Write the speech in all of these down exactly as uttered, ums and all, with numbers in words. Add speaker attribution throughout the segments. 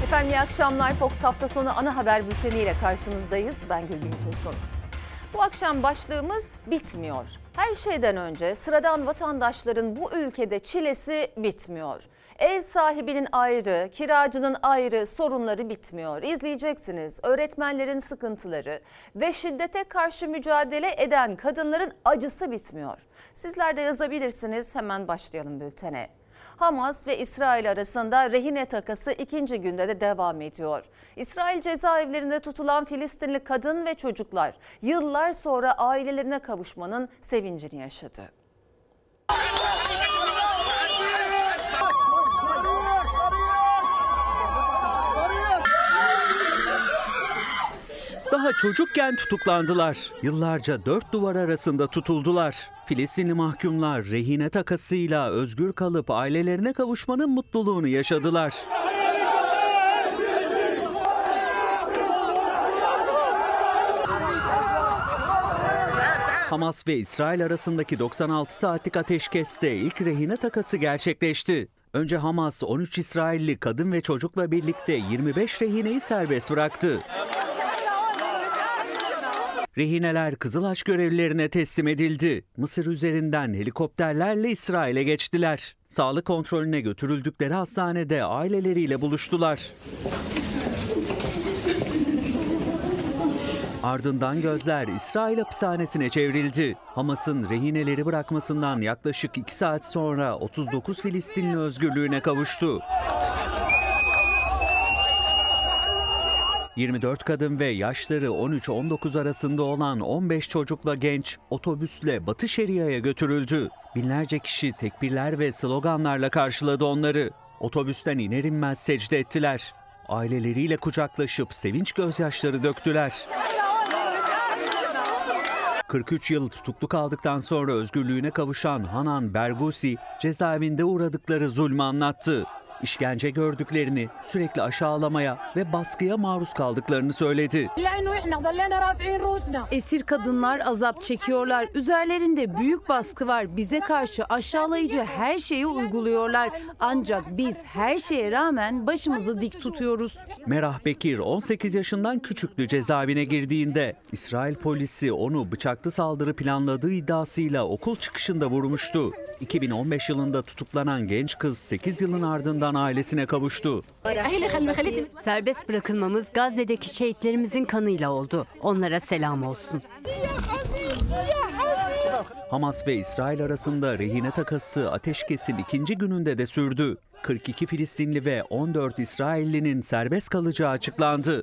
Speaker 1: Efendim iyi akşamlar. Fox hafta sonu ana haber bülteniyle karşınızdayız. Ben Gülbin Tosun. Bu akşam başlığımız bitmiyor. Her şeyden önce sıradan vatandaşların bu ülkede çilesi bitmiyor. Ev sahibinin ayrı, kiracının ayrı sorunları bitmiyor. İzleyeceksiniz öğretmenlerin sıkıntıları ve şiddete karşı mücadele eden kadınların acısı bitmiyor. Sizler de yazabilirsiniz. Hemen başlayalım bültene. Hamas ve İsrail arasında rehine takası ikinci günde de devam ediyor. İsrail cezaevlerinde tutulan Filistinli kadın ve çocuklar yıllar sonra ailelerine kavuşmanın sevincini yaşadı.
Speaker 2: Daha çocukken tutuklandılar. Yıllarca dört duvar arasında tutuldular. Filistinli mahkumlar rehine takasıyla özgür kalıp ailelerine kavuşmanın mutluluğunu yaşadılar. Hamas ve İsrail arasındaki doksan altı saatlik ateşkeste ilk rehine takası gerçekleşti. Önce Hamas on üç İsrailli kadın ve çocukla birlikte yirmi beş rehineyi serbest bıraktı. Rehineler Kızılaç görevlilerine teslim edildi. Mısır üzerinden helikopterlerle İsrail'e geçtiler. Sağlık kontrolüne götürüldükleri hastanede aileleriyle buluştular. Ardından gözler İsrail hapishanesine çevrildi. Hamas'ın rehineleri bırakmasından yaklaşık iki saat sonra otuz dokuz Filistinli özgürlüğüne kavuştu. yirmi dört kadın ve yaşları on üç on dokuz arasında olan on beş çocukla genç otobüsle Batı Şeria'ya götürüldü. Binlerce kişi tekbirler ve sloganlarla karşıladı onları. Otobüsten iner inmez secde ettiler. Aileleriyle kucaklaşıp sevinç gözyaşları döktüler. kırk üç yıl tutuklu kaldıktan sonra özgürlüğüne kavuşan Hanan Bergusi cezaevinde uğradıkları zulmü anlattı. İşkence gördüklerini, sürekli aşağılamaya ve baskıya maruz kaldıklarını söyledi.
Speaker 3: Esir kadınlar azap çekiyorlar. Üzerlerinde büyük baskı var. Bize karşı aşağılayıcı her şeyi uyguluyorlar. Ancak biz her şeye rağmen başımızı dik tutuyoruz.
Speaker 2: Merah Bekir on sekiz yaşından küçüktü cezaevine girdiğinde. İsrail polisi onu bıçaklı saldırı planladığı iddiasıyla okul çıkışında vurmuştu. iki bin on beş yılında tutuklanan genç kız sekiz yılın ardından ailesine kavuştu.
Speaker 4: Serbest bırakılmamız Gazze'deki şehitlerimizin kanıyla oldu. Onlara selam olsun.
Speaker 2: Hamas ve İsrail arasında rehine takası ateşkesin ikinci gününde de sürdü. kırk iki Filistinli ve on dört İsraillinin serbest kalacağı açıklandı.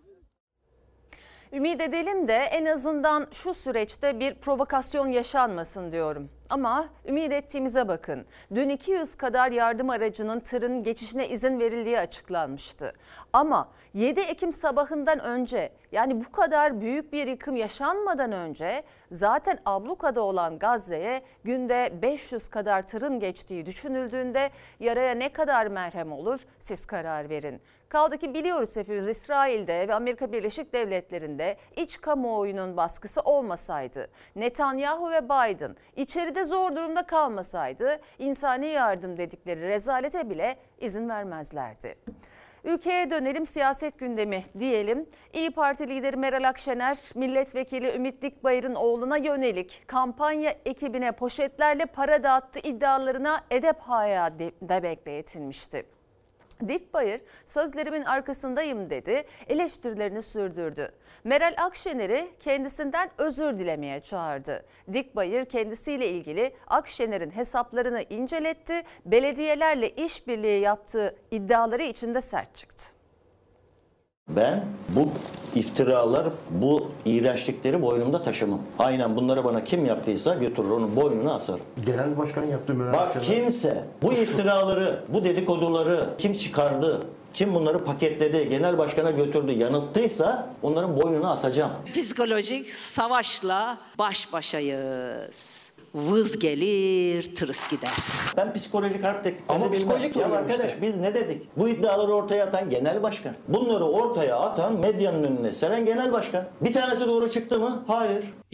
Speaker 1: Ümit edelim de en azından şu süreçte bir provokasyon yaşanmasın diyorum. Ama ümit ettiğimize bakın. Dün iki yüz kadar yardım aracının tırın geçişine izin verildiği açıklanmıştı. Ama yedi Ekim sabahından önce, yani bu kadar büyük bir yıkım yaşanmadan önce zaten ablukada olan Gazze'ye günde beş yüz kadar tırın geçtiği düşünüldüğünde yaraya ne kadar merhem olur siz karar verin. Kaldı ki biliyoruz hepimiz, İsrail'de ve Amerika Birleşik Devletleri'nde iç kamuoyunun baskısı olmasaydı, Netanyahu ve Biden içeride zor durumda kalmasaydı insani yardım dedikleri rezalete bile izin vermezlerdi. Ülkeye dönelim, siyaset gündemi diyelim. İYİ Parti lideri Meral Akşener, milletvekili Ümit Dikbayır'ın oğluna yönelik kampanya ekibine poşetlerle para dağıttı iddialarına edep haya demekle yetinmişti. Dikbayır sözlerimin arkasındayım dedi, eleştirilerini sürdürdü. Meral Akşener'i kendisinden özür dilemeye çağırdı. Dikbayır kendisiyle ilgili Akşener'in hesaplarını inceletti, belediyelerle işbirliği yaptığı iddiaları içinde sert çıktı.
Speaker 5: Ben bu iftiralar, bu iğrençlikleri boynumda taşımam. Aynen bunları bana kim yaptıysa götürür onun boynuna asarım.
Speaker 6: Genel başkan yaptı Meral
Speaker 5: Bak
Speaker 6: Akşener.
Speaker 5: kimse bu iftiraları, bu dedikoduları kim çıkardı, kim bunları paketledi, genel başkana götürdü, yanılttıysa onların boynuna asacağım.
Speaker 7: Psikolojik savaşla baş başayız. Vız gelir, tırıs gider.
Speaker 5: Ben psikolojik harp tekniklerini
Speaker 6: Ama
Speaker 5: bilmem.
Speaker 6: psikolojik
Speaker 5: Ya
Speaker 6: oluyor
Speaker 5: arkadaş
Speaker 6: işte.
Speaker 5: biz ne dedik? Bu iddiaları ortaya atan genel başkan. Bunları ortaya atan medyanın önüne seren genel başkan. Bir tanesi doğru çıktı mı? Hayır.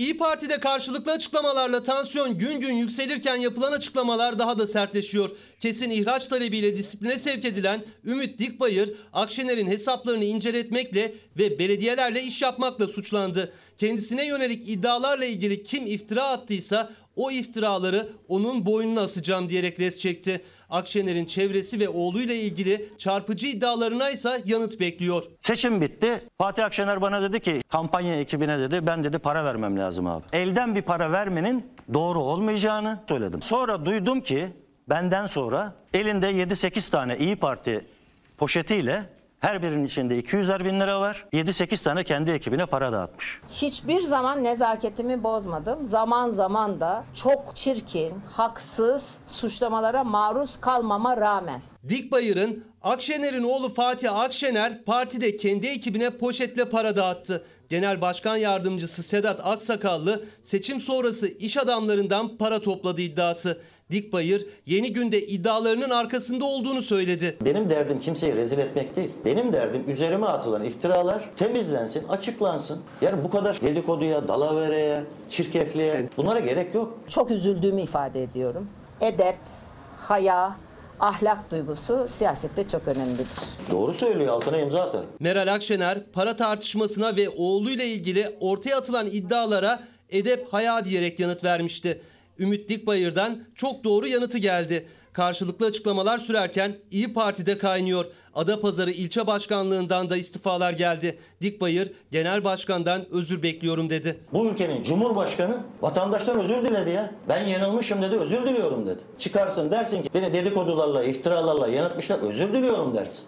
Speaker 6: İYİ Parti'de karşılıklı açıklamalarla tansiyon gün gün yükselirken yapılan açıklamalar daha da sertleşiyor. Kesin ihraç talebiyle disipline sevk edilen Ümit Dikbayır, Akşener'in hesaplarını inceletmekle ve belediyelerle iş yapmakla suçlandı. Kendisine yönelik iddialarla ilgili kim iftira attıysa o iftiraları onun boynuna asacağım diyerek res çekti. Akşener'in çevresi ve oğluyla ilgili çarpıcı iddialarına ise yanıt bekliyor.
Speaker 5: Seçim bitti. Fatih Akşener bana dedi ki kampanya ekibine dedi ben dedi para vermem lazım abi. Elden bir para vermenin doğru olmayacağını söyledim. Sonra duydum ki benden sonra elinde yedi sekiz tane İYİ Parti poşetiyle her birinin içinde iki yüzer bin lira var. yedi sekiz tane kendi ekibine para dağıtmış.
Speaker 8: Hiçbir zaman nezaketimi bozmadım. Zaman zaman da çok çirkin, haksız suçlamalara maruz kalmama rağmen.
Speaker 6: Dikbayır'ın Akşener'in oğlu Fatih Akşener partide kendi ekibine poşetle para dağıttı. Genel Başkan Yardımcısı Sedat Aksakallı seçim sonrası iş adamlarından para topladı iddiası. Dikbayır Yeni Gün'de iddialarının arkasında olduğunu söyledi.
Speaker 5: Benim derdim kimseyi rezil etmek değil. Benim derdim üzerime atılan iftiralar temizlensin, açıklansın. Yani bu kadar dedikoduya, dalavereye, çirkefliğe bunlara gerek yok.
Speaker 8: Çok üzüldüğümü ifade ediyorum. Edep, haya, ahlak duygusu siyasette çok önemlidir.
Speaker 5: Doğru söylüyor, altına imza atar.
Speaker 6: Meral Akşener para tartışmasına ve oğluyla ilgili ortaya atılan iddialara edep haya diyerek yanıt vermişti. Ümit Dikbayır'dan çok doğru yanıtı geldi. Karşılıklı açıklamalar sürerken İYİ Parti'de kaynıyor. Adapazarı ilçe başkanlığından da istifalar geldi. Dikbayır genel başkandan özür bekliyorum dedi.
Speaker 5: Bu ülkenin cumhurbaşkanı vatandaştan özür diledi ya. Ben yanılmışım dedi, özür diliyorum dedi. Çıkarsın dersin ki beni dedikodularla, iftiralarla yanıltmışlar, özür diliyorum dersin.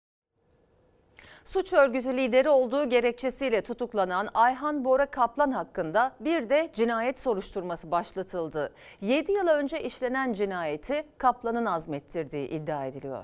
Speaker 1: Suç örgütü lideri olduğu gerekçesiyle tutuklanan Ayhan Bora Kaplan hakkında bir de cinayet soruşturması başlatıldı. yedi yıl önce işlenen cinayeti Kaplan'ın azmettirdiği iddia ediliyor.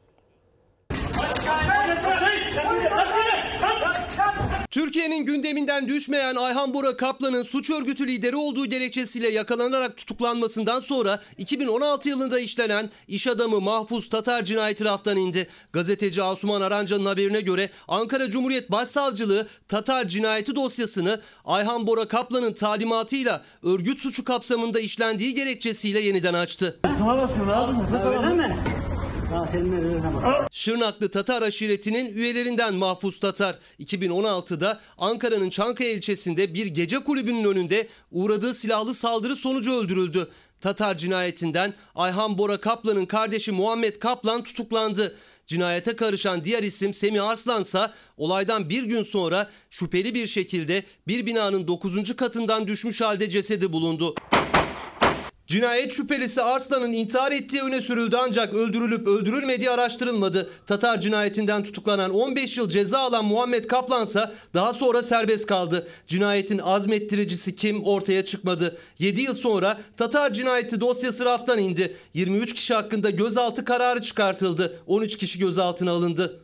Speaker 6: Türkiye'nin gündeminden düşmeyen Ayhan Bora Kaplan'ın suç örgütü lideri olduğu gerekçesiyle yakalanarak tutuklanmasından sonra iki bin on altı yılında işlenen iş adamı Mahfuz Tatar cinayeti raftan indi. Gazeteci Asuman Aranca'nın haberine göre Ankara Cumhuriyet Başsavcılığı Tatar cinayeti dosyasını Ayhan Bora Kaplan'ın talimatıyla örgüt suçu kapsamında işlendiği gerekçesiyle yeniden açtı.
Speaker 9: Öyle mi?
Speaker 6: Şırnaklı Tatar aşiretinin üyelerinden Mahfuz Tatar iki bin on altıda Ankara'nın Çankaya ilçesinde bir gece kulübünün önünde uğradığı silahlı saldırı sonucu öldürüldü. Tatar cinayetinden Ayhan Bora Kaplan'ın kardeşi Muhammed Kaplan tutuklandı. Cinayete karışan diğer isim Semih Arslan ise olaydan bir gün sonra şüpheli bir şekilde bir binanın dokuzuncu katından düşmüş halde cesedi bulundu. Cinayet şüphelisi Arslan'ın intihar ettiği öne sürüldü ancak öldürülüp öldürülmediği araştırılmadı. Tatar cinayetinden tutuklanan on beş yıl ceza alan Muhammed Kaplan ise daha sonra serbest kaldı. Cinayetin azmettiricisi kim ortaya çıkmadı. yedi yıl sonra Tatar cinayeti dosyası raftan indi. yirmi üç kişi hakkında gözaltı kararı çıkartıldı. on üç kişi gözaltına alındı.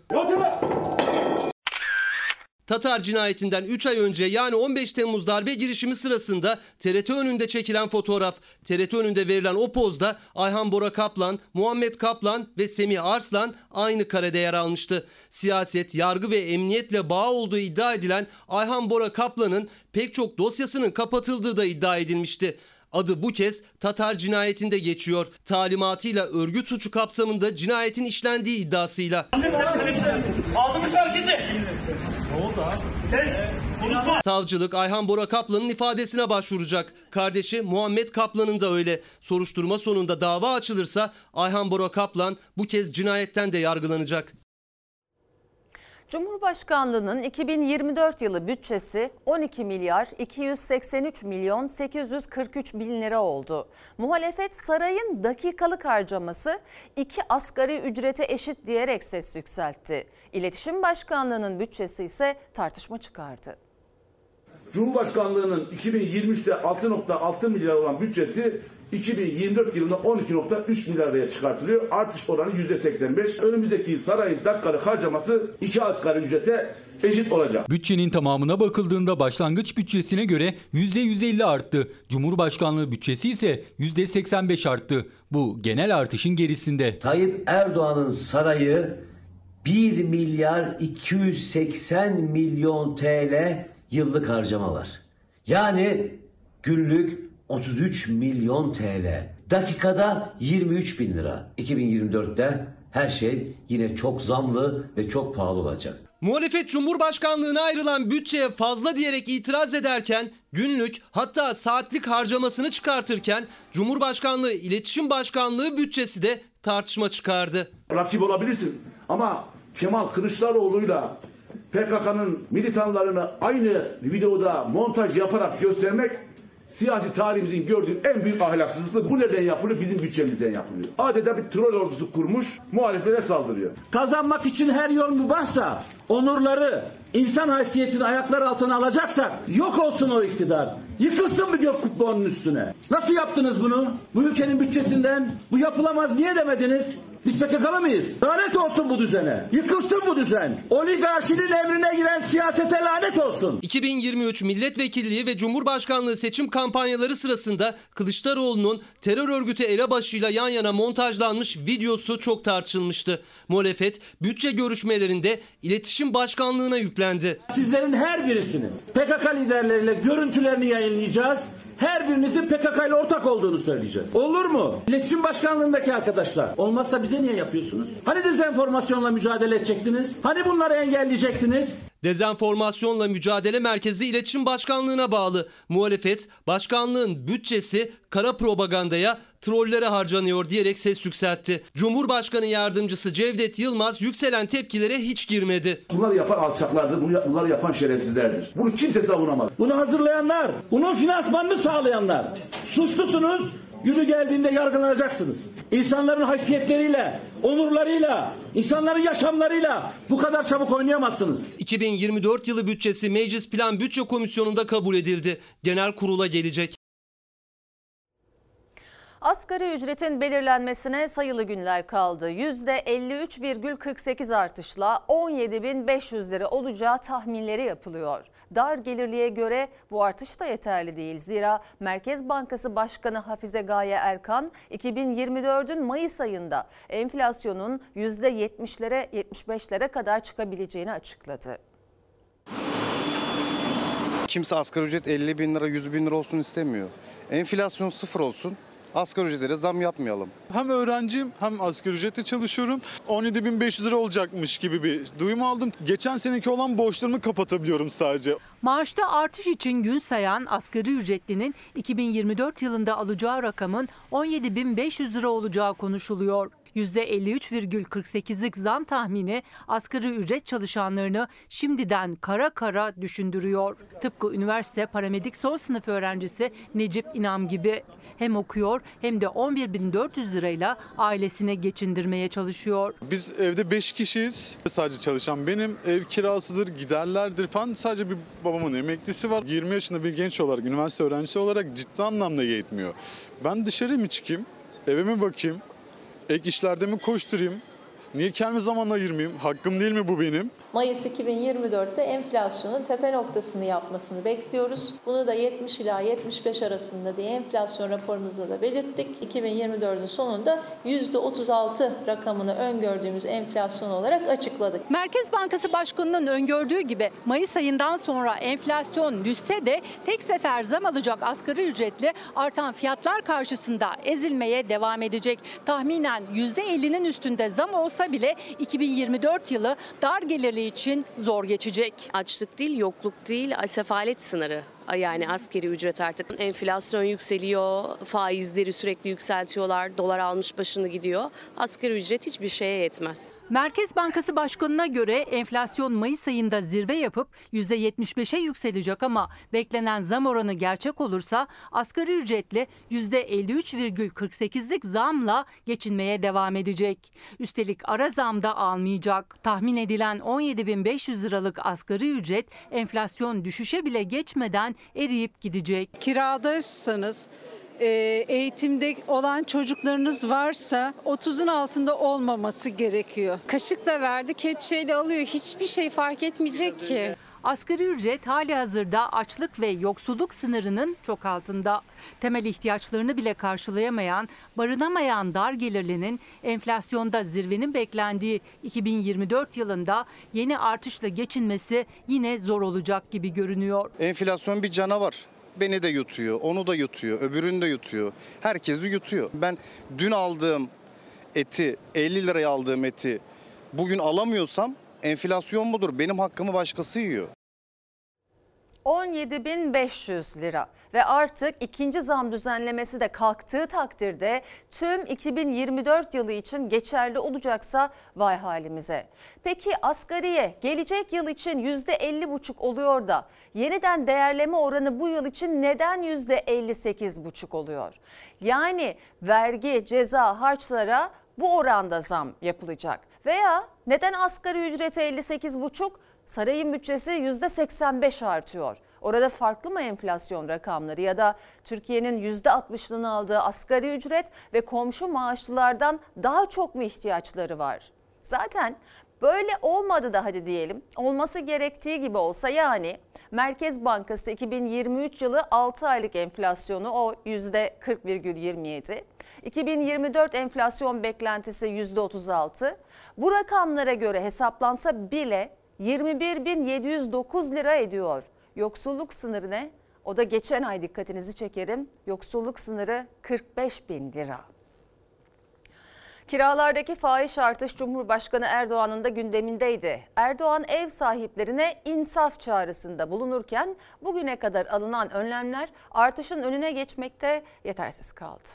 Speaker 6: Tatar cinayetinden üç ay önce yani on beş Temmuz darbe girişimi sırasında T R T önünde çekilen fotoğraf. T R T önünde verilen o pozda Ayhan Bora Kaplan, Muhammed Kaplan ve Semih Arslan aynı karede yer almıştı. Siyaset, yargı ve emniyetle bağı olduğu iddia edilen Ayhan Bora Kaplan'ın pek çok dosyasının kapatıldığı da iddia edilmişti. Adı bu kez Tatar cinayetinde geçiyor. Talimatıyla örgüt suçu kapsamında cinayetin işlendiği iddiasıyla.
Speaker 9: Aldınız herkesi. Ne oldu abi? Kes. Konuşma.
Speaker 6: Savcılık Ayhan Bora Kaplan'ın ifadesine başvuracak. Kardeşi Muhammed Kaplan'ın da öyle. Soruşturma sonunda dava açılırsa Ayhan Bora Kaplan bu kez cinayetten de yargılanacak.
Speaker 1: Cumhurbaşkanlığının iki bin yirmi dört yılı bütçesi on iki milyar iki yüz seksen üç milyon sekiz yüz kırk üç bin lira oldu. Muhalefet sarayın dakikalık harcaması iki asgari ücrete eşit diyerek ses yükseltti. İletişim Başkanlığı'nın bütçesi ise tartışma çıkardı.
Speaker 10: Cumhurbaşkanlığının iki bin yirmi üçte altı nokta altı milyar olan bütçesi iki bin yirmi dört yılında on iki nokta üç milyar liraya çıkartılıyor. Artış oranı yüzde seksen beş. Önümüzdeki sarayın dakikalık harcaması iki asgari ücrete eşit olacak.
Speaker 11: Bütçenin tamamına bakıldığında başlangıç bütçesine göre yüzde yüz elli arttı. Cumhurbaşkanlığı bütçesi ise yüzde seksen beş arttı. Bu genel artışın gerisinde.
Speaker 12: Tayyip Erdoğan'ın sarayı bir milyar iki yüz seksen milyon T L yıllık harcama var. Yani günlük otuz üç milyon T L. Dakikada yirmi üç bin lira. iki bin yirmi dörtte her şey yine çok zamlı ve çok pahalı olacak.
Speaker 6: Muhalefet Cumhurbaşkanlığına ayrılan bütçeye fazla diyerek itiraz ederken, günlük hatta saatlik harcamasını çıkartırken Cumhurbaşkanlığı İletişim Başkanlığı bütçesi de tartışma çıkardı.
Speaker 10: Rakip olabilirsin ama Kemal Kılıçdaroğlu'yla P K K'nın militanlarını aynı videoda montaj yaparak göstermek siyasi tarihimizin gördüğü en büyük ahlaksızlık. Bu neden yapılıyor? Bizim bütçemizden yapılıyor. Adeta bir troll ordusu kurmuş, muhaliflere saldırıyor.
Speaker 13: Kazanmak için her yol mübahsa, onurları, insan haysiyetini ayaklar altına alacaksak yok olsun o iktidar. Yıkılsın bir gök kubbe onun üstüne. Nasıl yaptınız bunu? Bu ülkenin bütçesinden bu yapılamaz niye demediniz? Biz P K K'lı mıyız? Lanet olsun bu düzene. Yıkılsın bu düzen. Oligarşinin emrine giren siyasete lanet olsun.
Speaker 6: iki bin yirmi üç milletvekilliği ve Cumhurbaşkanlığı seçim kampanyaları sırasında Kılıçdaroğlu'nun terör örgütü elebaşıyla yan yana montajlanmış videosu çok tartışılmıştı. Muhalefet bütçe görüşmelerinde İletişim Başkanlığı'na yüklendi.
Speaker 13: Sizlerin her birisinin P K K liderleriyle görüntülerini yayınlayacağız. Her birinizin P K K ile ortak olduğunu söyleyeceğiz. Olur mu? İletişim Başkanlığındaki arkadaşlar. Olmazsa bize niye yapıyorsunuz? Hani dezenformasyonla mücadele edecektiniz? Hani bunları engelleyecektiniz?
Speaker 6: Dezenformasyonla Mücadele Merkezi İletişim Başkanlığı'na bağlı. Muhalefet, başkanlığın bütçesi kara propagandaya, trollere harcanıyor diyerek ses yükseltti. Cumhurbaşkanı Yardımcısı Cevdet Yılmaz yükselen tepkilere hiç girmedi.
Speaker 10: Bunları yapan alçaklardır, bunları yapan şerefsizlerdir. Bunu kimse savunamaz.
Speaker 13: Bunu hazırlayanlar, bunun finansmanını sağlayanlar. Suçlusunuz, günü geldiğinde yargılanacaksınız. İnsanların haysiyetleriyle, onurlarıyla, insanların yaşamlarıyla bu kadar çabuk oynayamazsınız.
Speaker 6: iki bin yirmi dört yılı bütçesi Meclis Plan Bütçe Komisyonu'nda kabul edildi. Genel kurula gelecek.
Speaker 1: Asgari ücretin belirlenmesine sayılı günler kaldı. yüzde elli üç virgül kırk sekiz artışla on yedi bin beş yüz lira olacağı tahminleri yapılıyor. Dar gelirliye göre bu artış da yeterli değil. Zira Merkez Bankası Başkanı Hafize Gaye Erkan iki bin yirmi dördün Mayıs ayında enflasyonun yüzde yetmişlere yetmiş beşlere kadar çıkabileceğini açıkladı.
Speaker 14: Kimse asgari ücret elli bin lira yüz bin lira olsun istemiyor. Enflasyon sıfır olsun. Asgari ücretlere zam yapmayalım.
Speaker 15: Hem öğrenciyim hem asgari ücretle çalışıyorum. on yedi bin beş yüz lira olacakmış gibi bir duyum aldım. Geçen seneki olan borçlarımı kapatabiliyorum sadece.
Speaker 16: Maaşta artış için gün sayan asgari ücretlinin iki bin yirmi dört yılında alacağı rakamın on yedi bin beş yüz lira olacağı konuşuluyor. yüzde elli üç virgül kırk sekizlik zam tahmini asgari ücret çalışanlarını şimdiden kara kara düşündürüyor. Tıpkı üniversite paramedik son sınıf öğrencisi Necip İnam gibi. Hem okuyor hem de on bir bin dört yüz lirayla ailesine geçindirmeye çalışıyor.
Speaker 15: Biz evde beş kişiyiz. Sadece çalışan benim. Ev kirasıdır, giderlerdir falan. Sadece bir babamın emeklisi var. yirmi yaşında bir genç olarak, üniversite öğrencisi olarak ciddi anlamda yetmiyor. Ben dışarı mı çıkayım, eve mi bakayım? Ek işlerde mi koşturayım? Niye kendi zaman ayırmayayım? Hakkım değil mi bu benim?
Speaker 17: Mayıs iki bin yirmi dörtte enflasyonun tepe noktasını yapmasını bekliyoruz. Bunu da yetmiş ila yetmiş beş arasında diye enflasyon raporumuzda da belirttik. iki bin yirmi dördün sonunda yüzde otuz altı rakamını öngördüğümüz enflasyon olarak açıkladık.
Speaker 16: Merkez Bankası Başkanı'nın öngördüğü gibi Mayıs ayından sonra enflasyon düşse de tek sefer zam alacak asgari ücretli artan fiyatlar karşısında ezilmeye devam edecek. Tahminen yüzde ellinin üstünde zam olsa bile iki bin yirmi dört yılı dar gelirli için zor geçecek.
Speaker 18: Açlık değil, yokluk değil, sefalet sınırı. Yani asgari ücret artık. Enflasyon yükseliyor, faizleri sürekli yükseltiyorlar, dolar almış başını gidiyor. Asgari ücret hiçbir şeye yetmez.
Speaker 16: Merkez Bankası Başkanı'na göre enflasyon Mayıs ayında zirve yapıp yüzde yetmiş beşe yükselecek ama beklenen zam oranı gerçek olursa asgari ücretli yüzde elli üç virgül kırk sekizlik zamla geçinmeye devam edecek. Üstelik ara zam da almayacak. Tahmin edilen on yedi bin beş yüz liralık asgari ücret enflasyon düşüşe bile geçmeden eriyip gidecek.
Speaker 19: Kiradaysanız, eğitimde olan çocuklarınız varsa otuzun altında olmaması gerekiyor. Kaşıkla verdi, kepçeyle alıyor. Hiçbir şey fark etmeyecek ki.
Speaker 16: Asgari ücret halihazırda açlık ve yoksulluk sınırının çok altında. Temel ihtiyaçlarını bile karşılayamayan, barınamayan dar gelirlinin enflasyonda zirvenin beklendiği iki bin yirmi dört yılında yeni artışla geçinmesi yine zor olacak gibi görünüyor.
Speaker 14: Enflasyon bir canavar. beni de yutuyor, onu da yutuyor, öbürünü de yutuyor. Herkesi yutuyor. Ben dün aldığım eti, elli liraya aldığım eti bugün alamıyorsam enflasyon budur. Benim hakkımı başkası yiyor.
Speaker 1: on yedi bin beş yüz lira ve artık ikinci zam düzenlemesi de kalktığı takdirde tüm iki bin yirmi dört yılı için geçerli olacaksa vay halimize. Peki asgariye gelecek yıl için yüzde elli buçuk oluyor da yeniden değerleme oranı bu yıl için neden yüzde elli sekiz buçuk oluyor? Yani vergi, ceza, harçlara bu oranda zam yapılacak veya neden asgari ücreti elli sekiz buçuk? Sarayın bütçesi yüzde seksen beş artıyor. Orada farklı mı enflasyon rakamları ya da Türkiye'nin yüzde altmışını aldığı asgari ücret ve komşu maaşlılardan daha çok mu ihtiyaçları var? Zaten böyle olmadı da hadi diyelim, olması gerektiği gibi olsa, yani Merkez Bankası iki bin yirmi üç yılı altı aylık enflasyonu o yüzde kırk virgül yirmi yedi. iki bin yirmi dört enflasyon beklentisi yüzde otuz altı. Bu rakamlara göre hesaplansa bile yirmi bir bin yedi yüz dokuz lira ediyor. Yoksulluk sınırı ne? O da geçen ay, dikkatinizi çekerim. Yoksulluk sınırı kırk beş bin lira. Kiralardaki fahiş artış Cumhurbaşkanı Erdoğan'ın da gündemindeydi. Erdoğan ev sahiplerine insaf çağrısında bulunurken bugüne kadar alınan önlemler artışın önüne geçmekte yetersiz kaldı.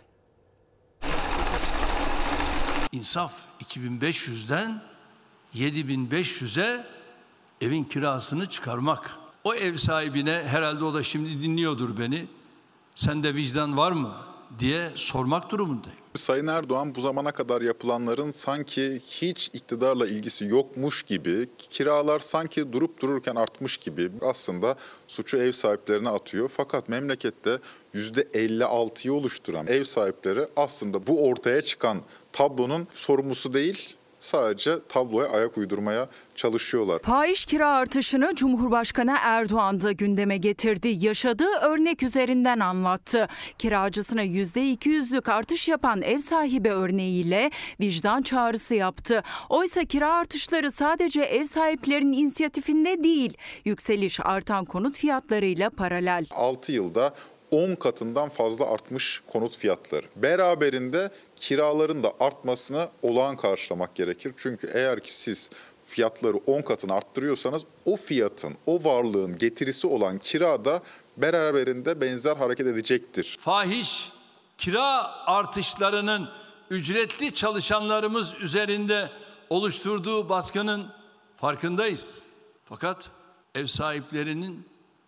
Speaker 20: İnsaf iki bin beş yüzden yedi bin beş yüze evin kirasını çıkarmak. O ev sahibine, herhalde o da şimdi dinliyordur beni, sende vicdan var mı diye sormak durumundayım.
Speaker 21: Sayın Erdoğan bu zamana kadar yapılanların sanki hiç iktidarla ilgisi yokmuş gibi, kiralar sanki durup dururken artmış gibi aslında suçu ev sahiplerine atıyor. Fakat memlekette yüzde elli altıyı oluşturan ev sahipleri aslında bu ortaya çıkan tablonun sorumlusu değil, sadece tabloya ayak uydurmaya çalışıyorlar.
Speaker 22: Fahiş kira artışını Cumhurbaşkanı Erdoğan da gündeme getirdi. Yaşadığı örnek üzerinden anlattı. Kiracısına yüzde iki yüzlük artış yapan ev sahibi örneğiyle vicdan çağrısı yaptı. Oysa kira artışları sadece ev sahiplerinin inisiyatifinde değil, yükseliş artan konut fiyatlarıyla paralel.
Speaker 21: altı yılda on katından fazla artmış konut fiyatları. Beraberinde kiraların da artmasını olağan karşılamak gerekir. Çünkü eğer ki siz fiyatları on katını arttırıyorsanız o fiyatın, o varlığın getirisi olan kira da beraberinde benzer hareket edecektir.
Speaker 20: Fahiş kira artışlarının ücretli çalışanlarımız üzerinde oluşturduğu baskının farkındayız. Fakat ev sahiplerinin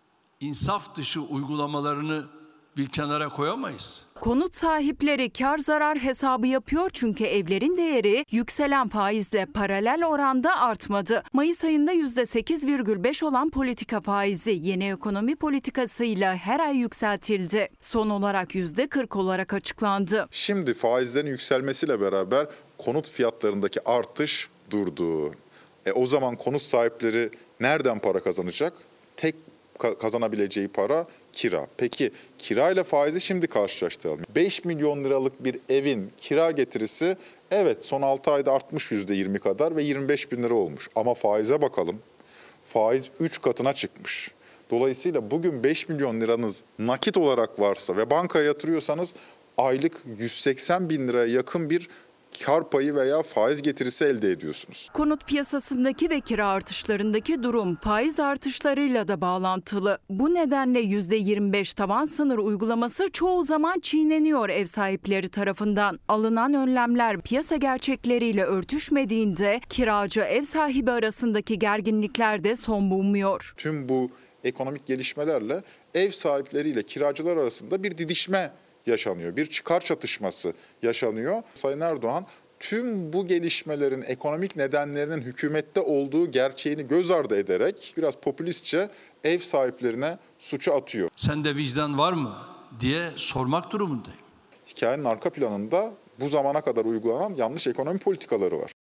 Speaker 20: insaf dışı uygulamalarını bir kenara koyamayız.
Speaker 22: Konut sahipleri kar zarar hesabı yapıyor çünkü evlerin değeri yükselen faizle paralel oranda artmadı. Mayıs ayında yüzde sekiz virgül beş olan politika faizi yeni ekonomi politikasıyla her ay yükseltildi. Son olarak yüzde kırk olarak açıklandı.
Speaker 21: Şimdi faizlerin yükselmesiyle beraber konut fiyatlarındaki artış durdu. E, o zaman konut sahipleri nereden para kazanacak? Tek kazanabileceği para kira. Peki kirayla faizi şimdi karşılaştıralım. beş milyon liralık bir evin kira getirisi evet son altı ayda artmış yüzde yirmi kadar ve yirmi beş bin lira olmuş. Ama faize bakalım. Faiz üç katına çıkmış. Dolayısıyla bugün beş milyon liranız nakit olarak varsa ve bankaya yatırıyorsanız aylık yüz seksen bin liraya yakın bir kar payı veya faiz getirisi elde ediyorsunuz.
Speaker 22: Konut piyasasındaki ve kira artışlarındaki durum faiz artışlarıyla da bağlantılı. Bu nedenle yüzde yirmi beş tavan sınır uygulaması çoğu zaman çiğneniyor ev sahipleri tarafından. Alınan önlemler piyasa gerçekleriyle örtüşmediğinde kiracı ev sahibi arasındaki gerginlikler de son bulmuyor.
Speaker 21: Tüm bu ekonomik gelişmelerle ev sahipleriyle kiracılar arasında bir didişme yaşanıyor. Bir çıkar çatışması yaşanıyor. Sayın Erdoğan tüm bu gelişmelerin ekonomik nedenlerinin hükümette olduğu gerçeğini göz ardı ederek biraz popülistçe ev sahiplerine suçu atıyor.
Speaker 20: Sende vicdan var mı diye sormak durumundayım.
Speaker 21: Hikayenin arka planında bu zamana kadar uygulanan yanlış ekonomi politikaları var.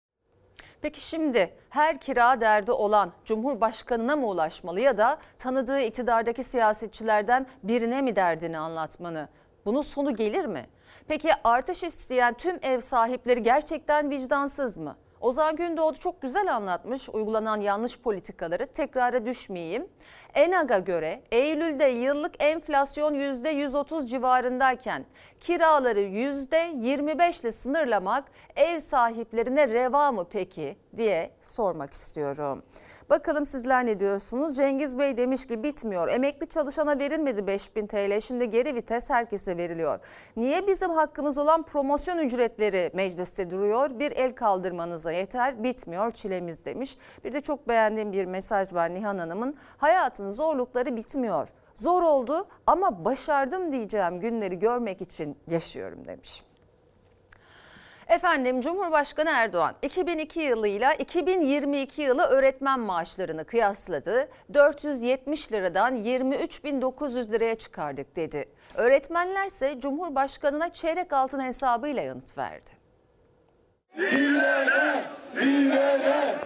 Speaker 1: Peki şimdi her kira derdi olan Cumhurbaşkanına mı ulaşmalı ya da tanıdığı iktidardaki siyasetçilerden birine mi derdini anlatmalı? Bunun sonu gelir mi? Peki artış isteyen tüm ev sahipleri gerçekten vicdansız mı? Ozan Gündoğdu çok güzel anlatmış uygulanan yanlış politikaları, tekrara düşmeyeyim. ENAG'a göre Eylül'de yıllık enflasyon yüzde yüz otuz civarındayken kiraları yüzde yirmi beş ile sınırlamak ev sahiplerine reva mı peki diye sormak istiyorum. Bakalım sizler ne diyorsunuz? Cengiz Bey demiş ki bitmiyor. Emekli çalışana verilmedi beş bin T L. Şimdi geri vites herkese veriliyor. Niye bizim hakkımız olan promosyon ücretleri mecliste duruyor? Bir el kaldırmanıza yeter. Bitmiyor çilemiz demiş. Bir de çok beğendiğim bir mesaj var Nihan Hanım'ın. Hayatın zorlukları bitmiyor. Zor oldu ama başardım diyeceğim günleri görmek için yaşıyorum demiş. Efendim Cumhurbaşkanı Erdoğan iki bin iki yılıyla iki bin yirmi iki yılı öğretmen maaşlarını kıyasladı. dört yüz yetmiş liradan yirmi üç bin dokuz yüz liraya çıkardık dedi. Öğretmenlerse Cumhurbaşkanı'na çeyrek altın hesabıyla yanıt verdi.
Speaker 3: Bilene, bilene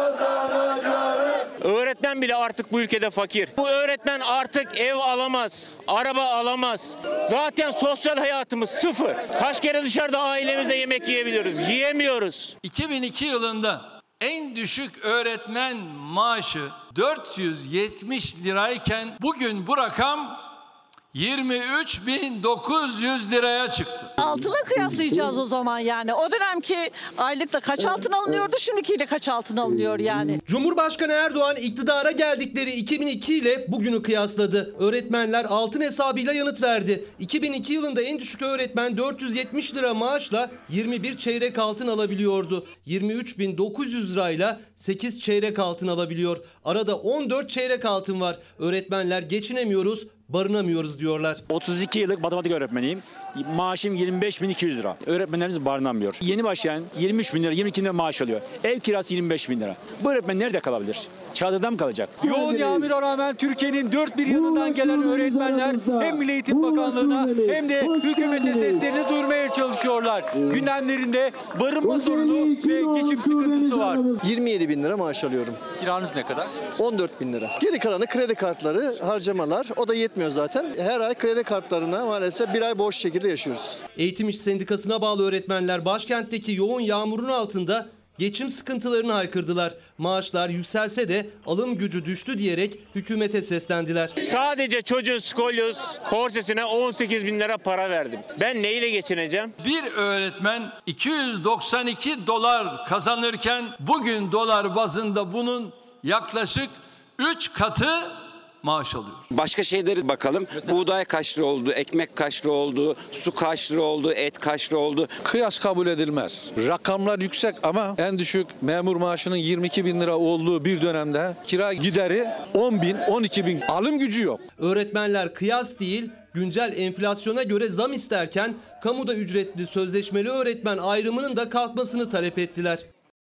Speaker 3: kazanacağız. Öğretmen bile artık bu ülkede fakir. Bu öğretmen artık ev alamaz, araba alamaz. Zaten sosyal hayatımız sıfır. Kaç kere dışarıda ailemizle yemek yiyebiliyoruz? Yiyemiyoruz.
Speaker 20: iki bin iki yılında en düşük öğretmen maaşı dört yüz yetmiş lirayken bugün bu rakam yirmi üç bin dokuz yüz liraya çıktı.
Speaker 4: Altına kıyaslayacağız o zaman yani. O dönemki aylıkta kaç altın alınıyordu, şimdikiyle kaç altın alınıyor yani.
Speaker 6: Cumhurbaşkanı Erdoğan iktidara geldikleri iki bin iki ile bugünü kıyasladı. Öğretmenler altın hesabıyla yanıt verdi. iki bin iki yılında en düşük öğretmen dört yüz yetmiş lira maaşla yirmi bir çeyrek altın alabiliyordu. yirmi üç bin dokuz yüz lirayla sekiz çeyrek altın alabiliyor. Arada on dört çeyrek altın var. Öğretmenler geçinemiyoruz, barınamıyoruz diyorlar.
Speaker 23: otuz iki yıllık matematik öğretmeniyim. Maaşım yirmi beş bin iki yüz lira. Öğretmenlerimiz barınamıyor. Yeni başlayan yirmi üç bin lira, yirmi iki bin lira maaş alıyor. Ev kirası yirmi beş bin lira. Bu öğretmen nerede kalabilir? Çadırda mı kalacak?
Speaker 24: Yoğun yağmura rağmen Türkiye'nin dört bir yanından gelen öğretmenler hem Milli Eğitim Bakanlığı'na hem de hükümete seslerini duyurmaya çalışıyorlar. Gündemlerinde barınma sorunu ve geçim sıkıntısı var.
Speaker 25: yirmi yedi bin lira maaş alıyorum.
Speaker 24: Kiranız ne kadar?
Speaker 25: on dört bin lira. Geri kalanı kredi kartları, harcamalar. O da yetmiyor zaten. Her ay kredi kartlarına maalesef bir ay borç şekilde yaşıyoruz.
Speaker 6: Eğitim İş Sendikası'na bağlı öğretmenler başkentteki yoğun yağmurun altında geçim sıkıntılarını haykırdılar. Maaşlar yükselse de alım gücü düştü diyerek hükümete seslendiler.
Speaker 3: Sadece çocuğun skolyoz korsesine on sekiz bin lira para verdim. Ben neyle geçineceğim?
Speaker 20: Bir öğretmen iki yüz doksan iki dolar kazanırken bugün dolar bazında bunun yaklaşık üç katı maaş alıyor.
Speaker 26: Başka şeylere bakalım. Mesela? Buğday kaç lira oldu, ekmek kaç lira oldu, su kaç lira oldu, et kaç lira oldu.
Speaker 27: Kıyas kabul edilmez. Rakamlar yüksek ama en düşük memur maaşının yirmi iki bin lira olduğu bir dönemde kira gideri on bin, on iki bin. Alım gücü yok.
Speaker 6: Öğretmenler kıyas değil, güncel enflasyona göre zam isterken kamuda ücretli sözleşmeli öğretmen ayrımının da kalkmasını talep ettiler.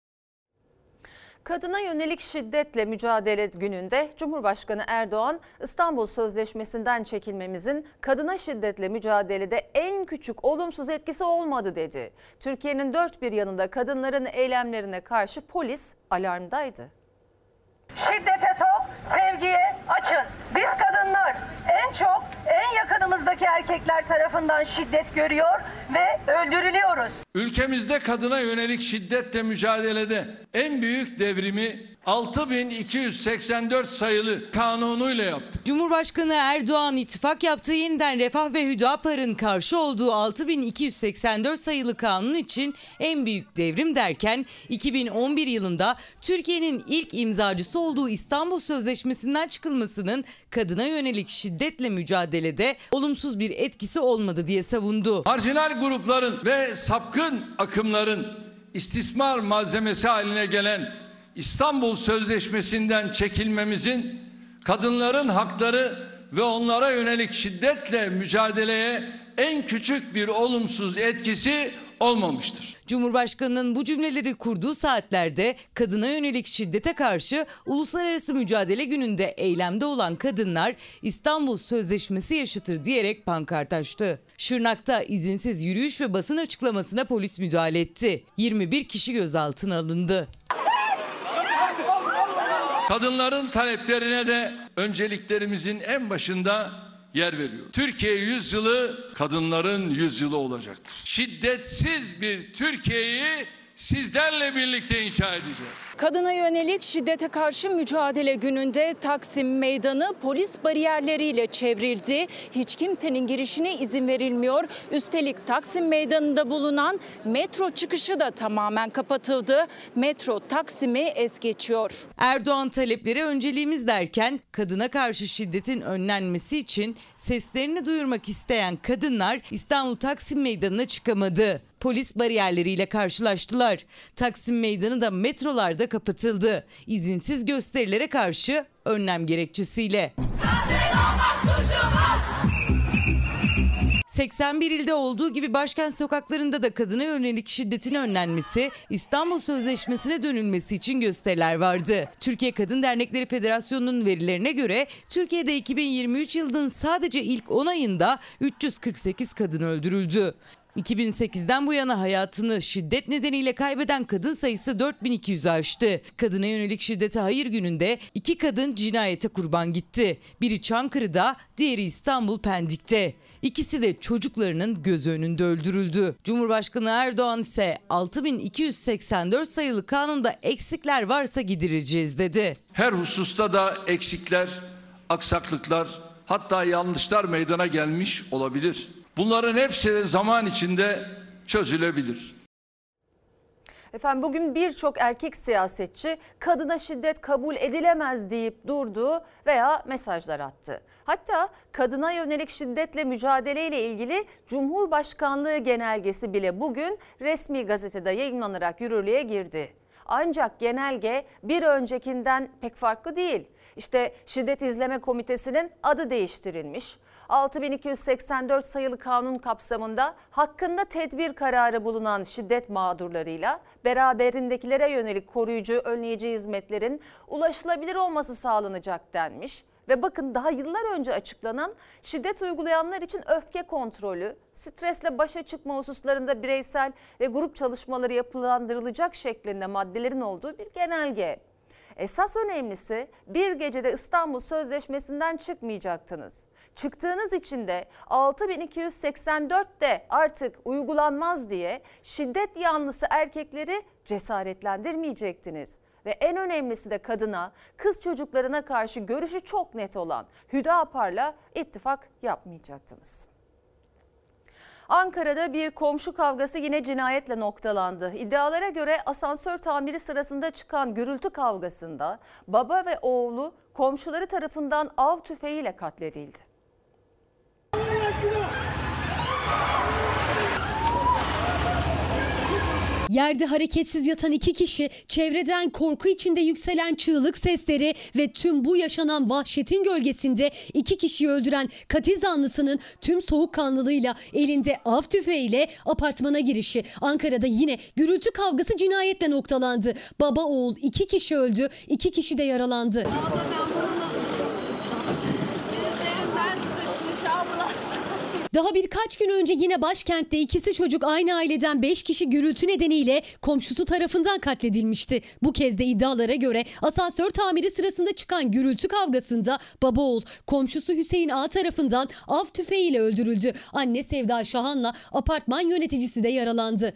Speaker 1: Kadına yönelik şiddetle mücadele gününde Cumhurbaşkanı Erdoğan, İstanbul Sözleşmesi'nden çekilmemizin kadına şiddetle mücadelede en küçük olumsuz etkisi olmadı dedi. Türkiye'nin dört bir yanında kadınların eylemlerine karşı polis alarmdaydı.
Speaker 28: Şiddete tok, sevgiye açız. Biz kadınlar en çok en yakınımızdaki erkekler tarafından şiddet görüyor ve öldürülüyoruz.
Speaker 20: Ülkemizde kadına yönelik şiddetle mücadelede en büyük devrimi altı bin iki yüz seksen dört sayılı kanunuyla yaptı.
Speaker 29: Cumhurbaşkanı Erdoğan ittifak yaptığı Yeniden Refah ve Hüdapar'ın karşı olduğu altı bin iki yüz seksen dört sayılı kanun için en büyük devrim derken iki bin on bir yılında Türkiye'nin ilk imzacısı olduğu İstanbul Sözleşmesi'nden çıkılmasının kadına yönelik şiddetle mücadelede olumsuz bir etkisi olmadı diye savundu.
Speaker 20: Marjinal grupların ve sapkın akımların istismar malzemesi haline gelen İstanbul Sözleşmesi'nden çekilmemizin kadınların hakları ve onlara yönelik şiddetle mücadeleye en küçük bir olumsuz etkisi olmamıştır.
Speaker 29: Cumhurbaşkanının bu cümleleri kurduğu saatlerde kadına yönelik şiddete karşı Uluslararası Mücadele Günü'nde eylemde olan kadınlar İstanbul Sözleşmesi yaşatır diyerek pankart açtı. Şırnak'ta izinsiz yürüyüş ve basın açıklamasına polis müdahale etti. yirmi bir kişi gözaltına alındı.
Speaker 20: Kadınların taleplerine de önceliklerimizin en başında yer veriyor. Türkiye yüzyılı kadınların yüzyılı olacaktır. Şiddetsiz bir Türkiye'yi sizlerle birlikte inşa edeceğiz.
Speaker 22: Kadına yönelik şiddete karşı mücadele gününde Taksim Meydanı polis bariyerleriyle çevrildi. Hiç kimsenin girişine izin verilmiyor. Üstelik Taksim Meydanı'nda bulunan metro çıkışı da tamamen kapatıldı. Metro Taksim'i es geçiyor.
Speaker 29: Erdoğan talepleri önceliğimiz derken kadına karşı şiddetin önlenmesi için seslerini duyurmak isteyen kadınlar İstanbul Taksim Meydanı'na çıkamadı. Polis bariyerleriyle karşılaştılar. Taksim Meydanı da metrolarda kapatıldı. İzinsiz gösterilere karşı önlem gerekçesiyle. seksen bir ilde olduğu gibi başkent sokaklarında da kadına yönelik şiddetin önlenmesi, İstanbul Sözleşmesi'ne dönülmesi için gösteriler vardı. Türkiye Kadın Dernekleri Federasyonu'nun verilerine göre Türkiye'de iki bin yirmi üç yılının sadece ilk on ayında üç yüz kırk sekiz kadın öldürüldü. iki bin sekizden bu yana hayatını şiddet nedeniyle kaybeden kadın sayısı dört bin iki yüzü aştı. Kadına yönelik şiddete hayır gününde iki kadın cinayete kurban gitti. Biri Çankırı'da, diğeri İstanbul Pendik'te. İkisi de çocuklarının göz önünde öldürüldü. Cumhurbaşkanı Erdoğan ise altı bin iki yüz seksen dört sayılı kanunda eksikler varsa gidereceğiz dedi.
Speaker 20: Her hususta da eksikler, aksaklıklar, hatta yanlışlar meydana gelmiş olabilir. Bunların hepsi de zaman içinde çözülebilir.
Speaker 1: Efendim bugün birçok erkek siyasetçi kadına şiddet kabul edilemez deyip durdu veya mesajlar attı. Hatta kadına yönelik şiddetle mücadeleyle ilgili Cumhurbaşkanlığı genelgesi bile bugün resmi gazetede yayınlanarak yürürlüğe girdi. Ancak genelge bir öncekinden pek farklı değil. İşte Şiddet İzleme Komitesi'nin adı değiştirilmiş. altı bin iki yüz seksen dört sayılı kanun kapsamında hakkında tedbir kararı bulunan şiddet mağdurlarıyla beraberindekilere yönelik koruyucu, önleyici hizmetlerin ulaşılabilir olması sağlanacak denmiş. Ve bakın daha yıllar önce açıklanan şiddet uygulayanlar için öfke kontrolü, stresle başa çıkma hususlarında bireysel ve grup çalışmaları yapılandırılacak şeklinde maddelerin olduğu bir genelge. Esas önemlisi bir gecede İstanbul Sözleşmesi'nden çıkmayacaktınız. Çıktığınız için de altı bin iki yüz seksen dörtte artık uygulanmaz diye şiddet yanlısı erkekleri cesaretlendirmeyecektiniz. Ve en önemlisi de kadına, kız çocuklarına karşı görüşü çok net olan Hüdapar'la ittifak yapmayacaktınız. Ankara'da bir komşu kavgası yine cinayetle noktalandı. İddialara göre asansör tamiri sırasında çıkan gürültü kavgasında baba ve oğlu komşuları tarafından av tüfeğiyle katledildi.
Speaker 2: Yerde hareketsiz yatan iki kişi, çevreden korku içinde yükselen çığlık sesleri ve tüm bu yaşanan vahşetin gölgesinde iki kişiyi öldüren katil zanlısının tüm soğukkanlılığıyla elinde av tüfeğiyle apartmana girişi. Ankara'da yine gürültü kavgası cinayetle noktalandı. Baba oğul iki kişi öldü, iki kişi de yaralandı. Abla ben bunu nasıl unutacağım? Gözlerinden sıkmış abla. Daha birkaç gün önce yine başkentte ikisi çocuk aynı aileden beş kişi gürültü nedeniyle komşusu tarafından katledilmişti. Bu kez de iddialara göre asansör tamiri sırasında çıkan gürültü kavgasında baba oğul komşusu Hüseyin A tarafından av tüfeğiyle öldürüldü. Anne Sevda Şahan'la apartman yöneticisi de yaralandı.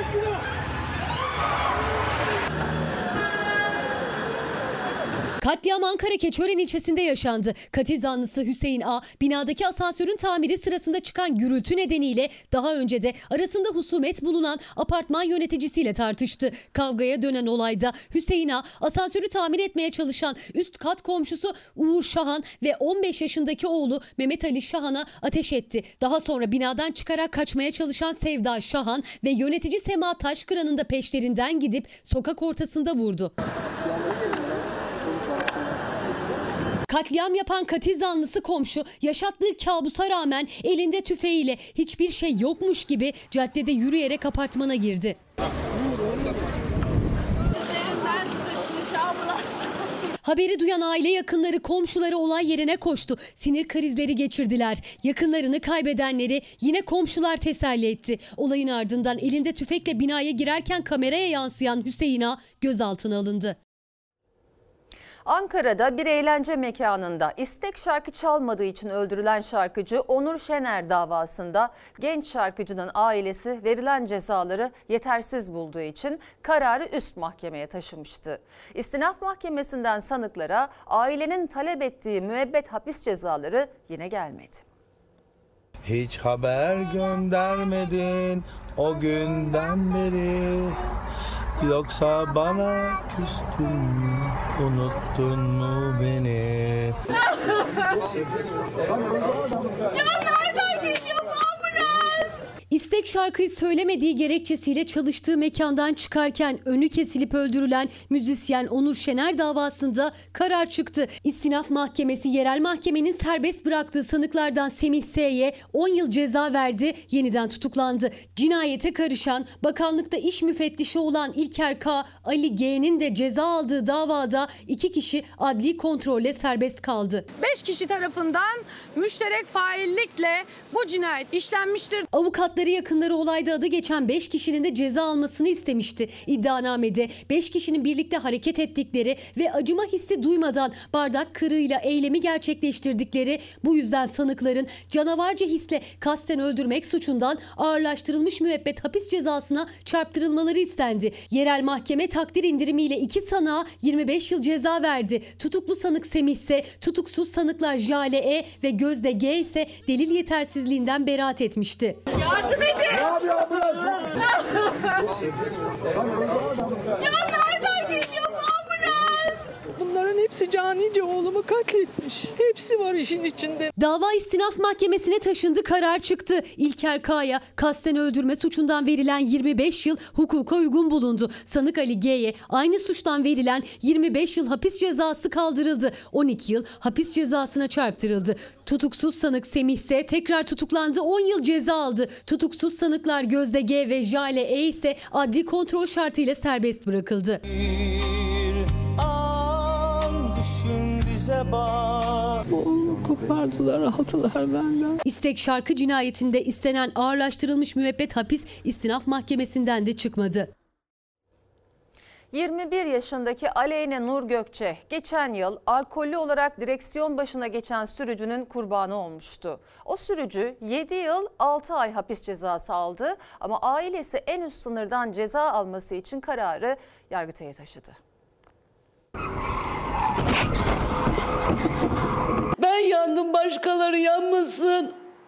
Speaker 2: Katliam Ankara Keçiören ilçesinde yaşandı. Katil zanlısı Hüseyin A, binadaki asansörün tamiri sırasında çıkan gürültü nedeniyle daha önce de arasında husumet bulunan apartman yöneticisiyle tartıştı. Kavgaya dönen olayda Hüseyin A, asansörü tamir etmeye çalışan üst kat komşusu Uğur Şahan ve on beş yaşındaki oğlu Mehmet Ali Şahan'a ateş etti. Daha sonra binadan çıkarak kaçmaya çalışan Sevda Şahan ve yönetici Sema Taşkıran'ın da peşlerinden gidip sokak ortasında vurdu. Katliam yapan katil zanlısı komşu yaşattığı kabusa rağmen elinde tüfeğiyle hiçbir şey yokmuş gibi caddede yürüyerek apartmana girdi. Haberi duyan aile yakınları, komşuları olay yerine koştu. Sinir krizleri geçirdiler. Yakınlarını kaybedenleri yine komşular teselli etti. Olayın ardından elinde tüfekle binaya girerken kameraya yansıyan Hüseyin A gözaltına alındı.
Speaker 1: Ankara'da bir eğlence mekanında istek şarkı çalmadığı için öldürülen şarkıcı Onur Şener davasında genç şarkıcının ailesi verilen cezaları yetersiz bulduğu için kararı üst mahkemeye taşımıştı. İstinaf Mahkemesi'nden sanıklara ailenin talep ettiği müebbet hapis cezaları yine gelmedi.
Speaker 5: Hiç haber göndermedin o günden beri. Yoksa bana küstün mü, unuttun mu beni?
Speaker 2: İstek şarkıyı söylemediği gerekçesiyle çalıştığı mekandan çıkarken önü kesilip öldürülen müzisyen Onur Şener davasında karar çıktı. İstinaf Mahkemesi yerel mahkemenin serbest bıraktığı sanıklardan Semih S'ye on yıl ceza verdi, yeniden tutuklandı. Cinayete karışan, bakanlıkta iş müfettişi olan İlker K, Ali G'nin de ceza aldığı davada iki kişi adli kontrolle serbest kaldı.
Speaker 7: beş kişi tarafından müşterek faillikle bu cinayet işlenmiştir.
Speaker 2: Avukatları yakınları olayda adı geçen beş kişinin de ceza almasını istemişti. İddianamede beş kişinin birlikte hareket ettikleri ve acıma hissi duymadan bardak kırığıyla eylemi gerçekleştirdikleri, bu yüzden sanıkların canavarca hisle kasten öldürmek suçundan ağırlaştırılmış müebbet hapis cezasına çarptırılmaları istendi. Yerel mahkeme takdir indirimiyle iki sanığa yirmi beş yıl ceza verdi. Tutuklu sanık Semih ise, tutuksuz sanıklar Jale E ve Gözde G ise delil yetersizliğinden beraat etmişti.
Speaker 7: Yardım edin! Ya nereden geliyor ambulans? Bunların hepsi canice oğlumu katletmiş. Hepsi var işin içinde.
Speaker 2: Dava İstinaf Mahkemesi'ne taşındı, karar çıktı. İlker K'ya kasten öldürme suçundan verilen yirmi beş yıl hukuka uygun bulundu. Sanık Ali G'ye aynı suçtan verilen yirmi beş yıl hapis cezası kaldırıldı. on iki yıl hapis cezasına çarptırıldı. Tutuksuz sanık Semih ise tekrar tutuklandı, on yıl ceza aldı. Tutuksuz sanıklar Gözde G ve Jale E ise adli kontrol şartıyla serbest bırakıldı.
Speaker 7: Oğlumu kopardılar, aldılar benden.
Speaker 2: İstek şarkı cinayetinde istenen ağırlaştırılmış müebbet hapis İstinaf Mahkemesi'nden de çıkmadı.
Speaker 1: yirmi bir yaşındaki Aleyna Nur Gökçe geçen yıl alkollü olarak direksiyon başına geçen sürücünün kurbanı olmuştu. O sürücü yedi yıl altı ay hapis cezası aldı ama ailesi en üst sınırdan ceza alması için kararı Yargıtay'a taşıdı.
Speaker 8: Ben yandım, başkaları yanmasın.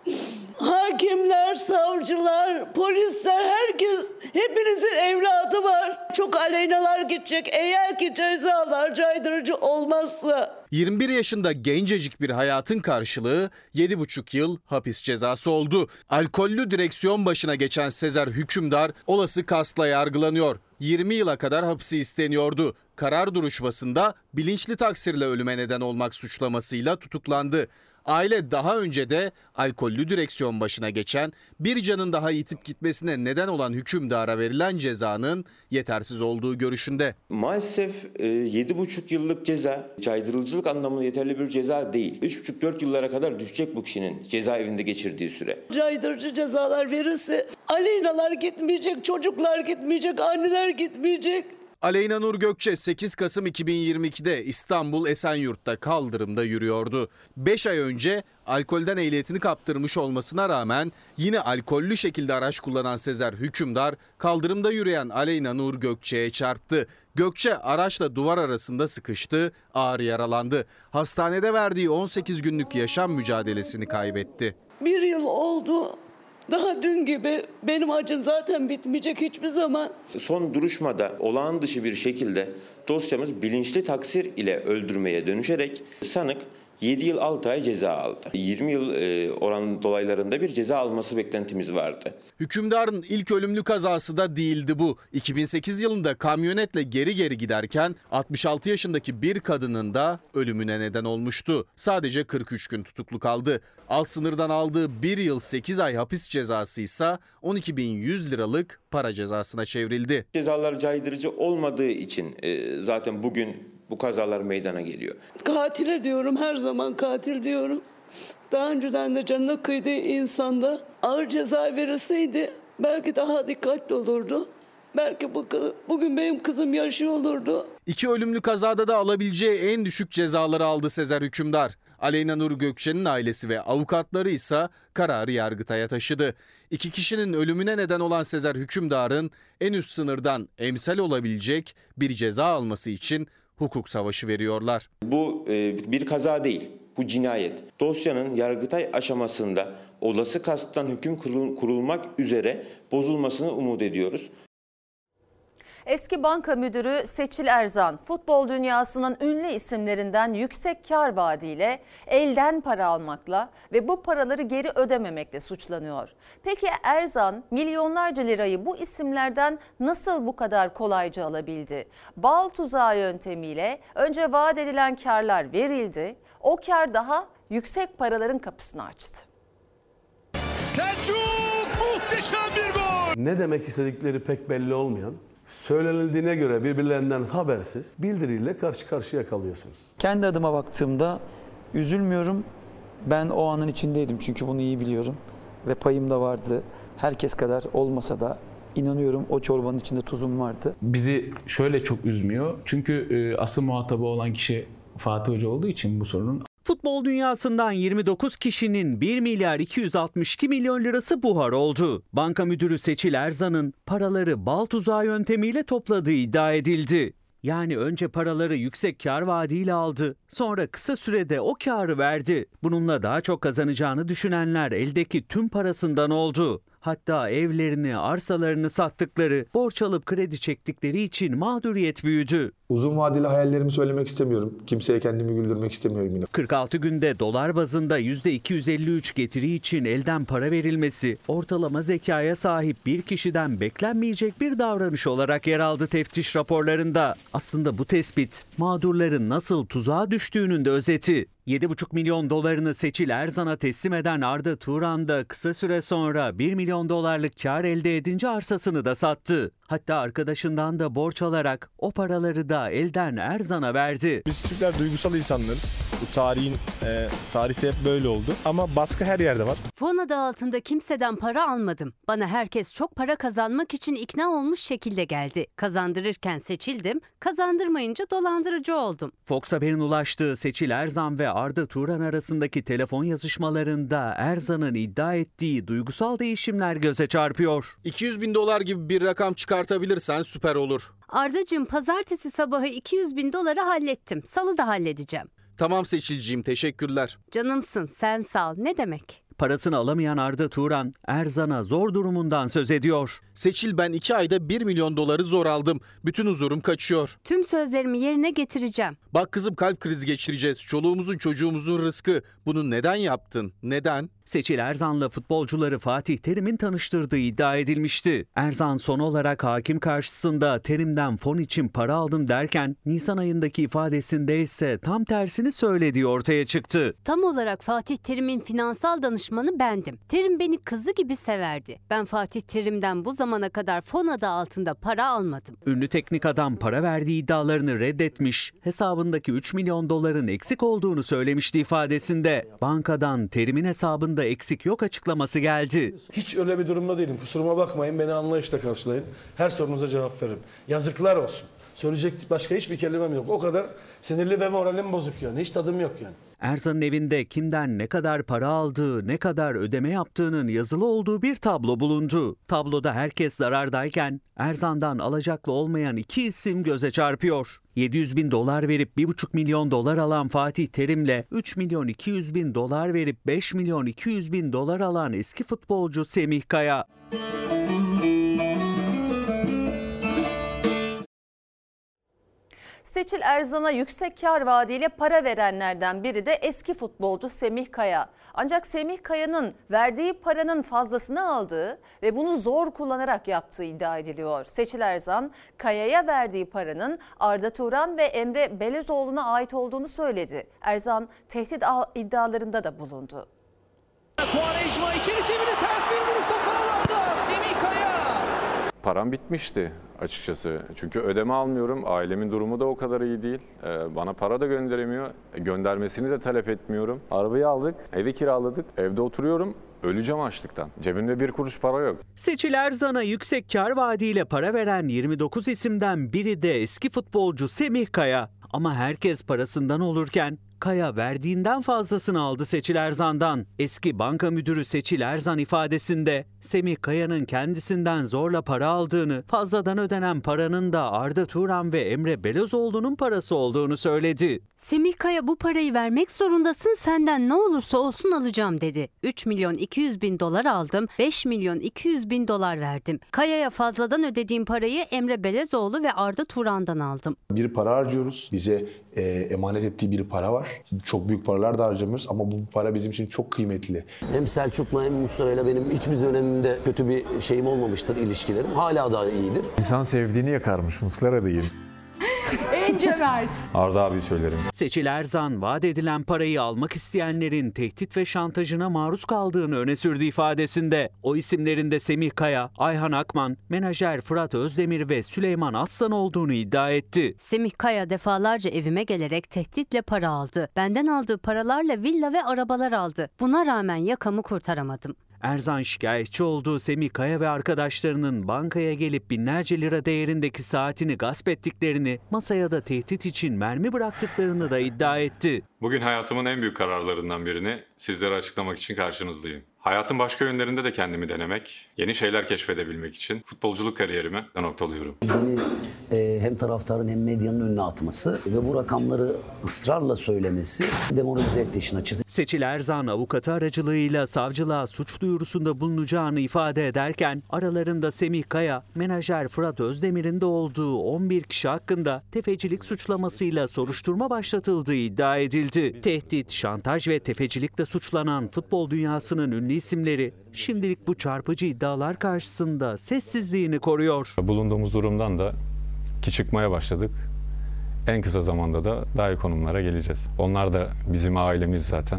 Speaker 8: Hakimler, savcılar, polisler, herkes, hepinizin evladı var. Çok aleynalar gidecek eğer ki cezalar caydırıcı olmazsa.
Speaker 9: yirmi bir yaşında gencecik bir hayatın karşılığı yedi buçuk yıl hapis cezası oldu. Alkollü direksiyon başına geçen Sezer Hükümdar olası kasla yargılanıyor. yirmi yıla kadar hapsi isteniyordu. Karar duruşmasında bilinçli taksirle ölüme neden olmak suçlamasıyla tutuklandı. Aile daha önce de alkollü direksiyon başına geçen, bir canın daha yitip gitmesine neden olan hükümdara verilen cezanın yetersiz olduğu görüşünde.
Speaker 10: Maalesef yedi buçuk yıllık ceza caydırıcılık anlamında yeterli bir ceza değil. üç buçuk dört yıllara kadar düşecek bu kişinin cezaevinde geçirdiği süre.
Speaker 8: Caydırıcı cezalar verirse aleynalar gitmeyecek, çocuklar gitmeyecek, anneler gitmeyecek.
Speaker 9: Aleyna Nur Gökçe sekiz Kasım iki bin yirmi ikide İstanbul Esenyurt'ta kaldırımda yürüyordu. beş ay önce alkolden ehliyetini kaptırmış olmasına rağmen yine alkollü şekilde araç kullanan Sezer Hükümdar kaldırımda yürüyen Aleyna Nur Gökçe'ye çarptı. Gökçe araçla duvar arasında sıkıştı, ağır yaralandı. Hastanede verdiği on sekiz günlük yaşam mücadelesini kaybetti.
Speaker 8: Bir yıl oldu. Daha dün gibi benim acım zaten bitmeyecek hiçbir zaman.
Speaker 10: Son duruşmada olağan dışı bir şekilde dosyamız bilinçli taksir ile öldürmeye dönüşerek sanık yedi yıl altı ay ceza aldı. yirmi yıl oran dolaylarında bir ceza alması beklentimiz vardı.
Speaker 9: Hükümdarın ilk ölümlü kazası da değildi bu. iki bin sekiz yılında kamyonetle geri geri giderken altmış altı yaşındaki bir kadının da ölümüne neden olmuştu. Sadece kırk üç gün tutuklu kaldı. Alt sınırdan aldığı bir yıl sekiz ay hapis cezası ise on iki bin yüz liralık para cezasına çevrildi.
Speaker 10: Cezalar caydırıcı olmadığı için zaten bugün bu kazalar meydana geliyor.
Speaker 8: Katil diyorum, her zaman katil diyorum. Daha önceden de canına kıydığı insanda ağır ceza verilseydi belki daha dikkatli olurdu. Belki bu, bugün benim kızım yaşıyor olurdu.
Speaker 9: İki ölümlü kazada da alabileceği en düşük cezaları aldı Sezer Hükümdar. Aleyna Nur Gökçen'in ailesi ve avukatları ise kararı Yargıtay'a taşıdı. İki kişinin ölümüne neden olan Sezer Hükümdar'ın en üst sınırdan emsal olabilecek bir ceza alması için hukuk savaşı veriyorlar.
Speaker 10: Bu e, bir kaza değil, bu cinayet. Dosyanın Yargıtay aşamasında olası kasıttan hüküm kurulmak üzere bozulmasını umut ediyoruz.
Speaker 1: Eski banka müdürü Seçil Erzan, futbol dünyasının ünlü isimlerinden yüksek kar vaadiyle elden para almakla ve bu paraları geri ödememekle suçlanıyor. Peki Erzan milyonlarca lirayı bu isimlerden nasıl bu kadar kolayca alabildi? Bal tuzağı yöntemiyle önce vaat edilen karlar verildi, o kar daha yüksek paraların kapısını açtı.
Speaker 11: Selçuk muhteşem bir gol!
Speaker 12: Ne demek istedikleri pek belli olmayan, söylenildiğine göre birbirlerinden habersiz bildiriyle karşı karşıya kalıyorsunuz.
Speaker 13: Kendi adıma baktığımda üzülmüyorum. Ben o anın içindeydim çünkü bunu iyi biliyorum. Ve payım da vardı. Herkes kadar olmasa da inanıyorum o çorbanın içinde tuzum vardı.
Speaker 14: Bizi şöyle çok üzmüyor. Çünkü asıl muhatabı olan kişi Fatih Hoca olduğu için bu sorunun.
Speaker 15: Futbol dünyasından yirmi dokuz kişinin bir milyar iki yüz altmış iki milyon lirası buhar oldu. Banka müdürü Seçil Erzan'ın paraları bal tuzağı yöntemiyle topladığı iddia edildi. Yani önce paraları yüksek kar vaadiyle aldı, sonra kısa sürede o karı verdi. Bununla daha çok kazanacağını düşünenler eldeki tüm parasından oldu. Hatta evlerini, arsalarını sattıkları, borç alıp kredi çektikleri için mağduriyet büyüdü.
Speaker 16: Uzun vadeli hayallerimi söylemek istemiyorum. Kimseye kendimi güldürmek istemiyorum yine.
Speaker 15: kırk altı günde dolar bazında yüzde iki yüz elli üç getiri için elden para verilmesi, ortalama zekaya sahip bir kişiden beklenmeyecek bir davranış olarak yer aldı teftiş raporlarında. Aslında bu tespit mağdurların nasıl tuzağa düştüğünün de özeti. yedi buçuk milyon dolarını Seçil Erzan'a teslim eden Arda Turan da kısa süre sonra bir milyon dolarlık kar elde edince arsasını da sattı. Hatta arkadaşından da borç alarak o paraları da elden Erzan'a verdi.
Speaker 12: Biz Türkler duygusal insanlarız. Bu tarihin e, tarihte hep böyle oldu. Ama baskı her yerde var.
Speaker 17: Fon adı altında kimseden para almadım. Bana herkes çok para kazanmak için ikna olmuş şekilde geldi. Kazandırırken seçildim, kazandırmayınca dolandırıcı oldum.
Speaker 15: Fox Haber'in ulaştığı Seçil Erzan ve Arda Turan arasındaki telefon yazışmalarında Erzan'ın iddia ettiği duygusal değişimler göze çarpıyor.
Speaker 9: iki yüz bin dolar gibi bir rakam çıkartabilirsen süper olur.
Speaker 17: Ardacığım, pazartesi sabahı iki yüz bin doları hallettim. Salı da halledeceğim.
Speaker 9: Tamam Seçilciğim, teşekkürler.
Speaker 17: Canımsın, sen sağ ol. Ne demek?
Speaker 15: Parasını alamayan Arda Turan, Erzan'a zor durumundan söz ediyor.
Speaker 9: Seçil, ben iki ayda bir milyon doları zor aldım. Bütün huzurum kaçıyor.
Speaker 17: Tüm sözlerimi yerine getireceğim.
Speaker 9: Bak kızım, kalp krizi geçireceğiz. Çoluğumuzun çocuğumuzun rızkı. Bunu neden yaptın? Neden?
Speaker 15: Seçil Erzan'la futbolcuları Fatih Terim'in tanıştırdığı iddia edilmişti. Erzan son olarak hakim karşısında Terim'den fon için para aldım derken Nisan ayındaki ifadesinde ise tam tersini söylediği ortaya çıktı.
Speaker 17: Tam olarak Fatih Terim'in finansal danışmanı bendim. Terim beni kızı gibi severdi. Ben Fatih Terim'den bu zamana kadar fon adı altında para almadım.
Speaker 15: Ünlü teknik adam para verdiği iddialarını reddetmiş, hesabındaki üç milyon doların eksik olduğunu söylemişti ifadesinde. Bankadan Terim'in hesabında eksik yok açıklaması geldi.
Speaker 12: Hiç öyle bir durumda değilim. Kusuruma bakmayın, beni anlayışla karşılayın. Her sorunuza cevap veririm. Yazıklar olsun. Söyleyecek başka hiçbir kelimem yok. O kadar sinirli ve moralim bozuk yani. Hiç tadım yok yani.
Speaker 15: Erzan'ın evinde kimden ne kadar para aldığı, ne kadar ödeme yaptığının yazılı olduğu bir tablo bulundu. Tabloda herkes zarardayken Erzan'dan alacaklı olmayan iki isim göze çarpıyor. yedi yüz bin dolar verip bir buçuk milyon dolar alan Fatih Terim'le üç milyon iki yüz bin dolar verip beş milyon iki yüz bin dolar alan eski futbolcu Semih Kaya.
Speaker 1: Seçil Erzan'a yüksek kar vaadiyle para verenlerden biri de eski futbolcu Semih Kaya. Ancak Semih Kaya'nın verdiği paranın fazlasını aldığı ve bunu zor kullanarak yaptığı iddia ediliyor. Seçil Erzan, Kaya'ya verdiği paranın Arda Turan ve Emre Belözoğlu'na ait olduğunu söyledi. Erzan tehdit iddialarında da bulundu.
Speaker 18: Quaresma içeri çevirdi, ters bir vuruş topu ağlarda. Semih Kaya.
Speaker 19: Param bitmişti açıkçası. Çünkü ödeme almıyorum. Ailemin durumu da o kadar iyi değil. Ee, bana para da gönderemiyor. Göndermesini de talep etmiyorum. Arabayı aldık, evi kiraladık. Evde oturuyorum. Öleceğim açlıktan. Cebimde bir kuruş para yok.
Speaker 15: Seçil Erzan'a yüksek kar vaadiyle para veren yirmi dokuz isimden biri de eski futbolcu Semih Kaya. Ama herkes parasından olurken Kaya verdiğinden fazlasını aldı Seçil Erzan'dan. Eski banka müdürü Seçil Erzan ifadesinde Semih Kaya'nın kendisinden zorla para aldığını, fazladan ödenen paranın da Arda Turan ve Emre Belözoğlu'nun parası olduğunu söyledi.
Speaker 17: Semih Kaya bu parayı vermek zorundasın, senden ne olursa olsun alacağım dedi. üç milyon iki yüz bin dolar aldım, beş milyon iki yüz bin dolar verdim. Kaya'ya fazladan ödediğim parayı Emre Belözoğlu ve Arda Turan'dan aldım.
Speaker 16: Bir para harcıyoruz. Bize e, emanet ettiği bir para var. Çok büyük paralar da harcamıyoruz ama bu para bizim için çok kıymetli.
Speaker 8: Hem Selçuk'la hem Muslera'yla benim hiçbir dönemimde kötü bir şeyim olmamıştır ilişkilerim. Hala da iyidir.
Speaker 3: İnsan sevdiğini yakarmış. Muslera diyeyim.
Speaker 22: En cömert.
Speaker 3: Arda abi söylerim.
Speaker 15: Seçil Erzan vaat edilen parayı almak isteyenlerin tehdit ve şantajına maruz kaldığını öne sürdü ifadesinde. O isimlerin de Semih Kaya, Ayhan Akman, menajer Fırat Özdemir ve Süleyman Aslan olduğunu iddia etti.
Speaker 17: Semih Kaya defalarca evime gelerek tehditle para aldı. Benden aldığı paralarla villa ve arabalar aldı. Buna rağmen yakamı kurtaramadım.
Speaker 15: Erzan şikayetçi olduğu Semih Kaya ve arkadaşlarının bankaya gelip binlerce lira değerindeki saatini gasp ettiklerini, masaya da tehdit için mermi bıraktıklarını da iddia etti.
Speaker 19: Bugün hayatımın en büyük kararlarından birini sizlere açıklamak için karşınızdayım. Hayatın başka yönlerinde de kendimi denemek, yeni şeyler keşfedebilmek için futbolculuk kariyerimi noktalıyorum.
Speaker 8: Beni e, hem taraftarın hem medyanın önüne atması ve bu rakamları ısrarla söylemesi demoralize etti işin açıkçası.
Speaker 15: Seçil Erzan avukatı aracılığıyla savcılığa suç duyurusunda bulunacağını ifade ederken aralarında Semih Kaya, menajer Fırat Özdemir'in de olduğu on bir kişi hakkında tefecilik suçlamasıyla soruşturma başlatıldığı iddia edildi. Tehdit, şantaj ve tefecilikle suçlanan futbol dünyasının ünlü isimleri şimdilik bu çarpıcı iddialar karşısında sessizliğini koruyor.
Speaker 19: Bulunduğumuz durumdan da ki çıkmaya başladık. En kısa zamanda da daha iyi konumlara geleceğiz. Onlar da bizim ailemiz zaten.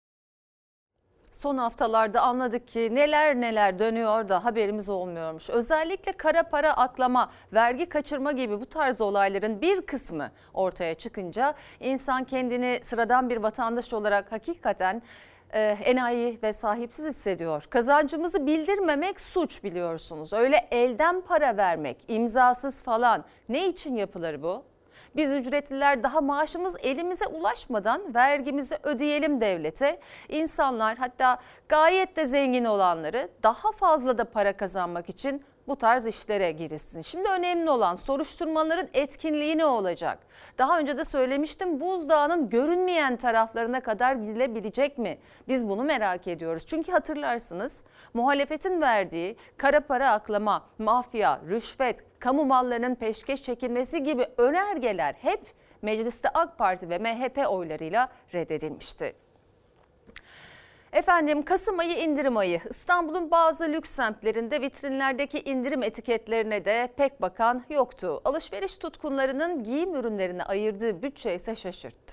Speaker 1: Son haftalarda anladık ki neler neler dönüyor da haberimiz olmuyormuş. Özellikle kara para aklama, vergi kaçırma gibi bu tarz olayların bir kısmı ortaya çıkınca insan kendini sıradan bir vatandaş olarak hakikaten e, enayi ve sahipsiz hissediyor. Kazancımızı bildirmemek suç, biliyorsunuz. Öyle elden para vermek, imzasız falan, ne için yapılır bu? Biz ücretliler daha maaşımız elimize ulaşmadan vergimizi ödeyelim devlete. İnsanlar, hatta gayet de zengin olanları, daha fazla da para kazanmak için bu tarz işlere girişsin. Şimdi önemli olan soruşturmaların etkinliği ne olacak? Daha önce de söylemiştim, buzdağının görünmeyen taraflarına kadar gidilebilecek mi? Biz bunu merak ediyoruz. Çünkü hatırlarsınız, muhalefetin verdiği kara para aklama, mafya, rüşvet, kamu mallarının peşkeş çekilmesi gibi önergeler hep mecliste AK Parti ve M H P oylarıyla reddedilmişti. Efendim, Kasım ayı indirim ayı. İstanbul'un bazı lüks semtlerinde vitrinlerdeki indirim etiketlerine de pek bakan yoktu. Alışveriş tutkunlarının giyim ürünlerine ayırdığı bütçe ise şaşırttı.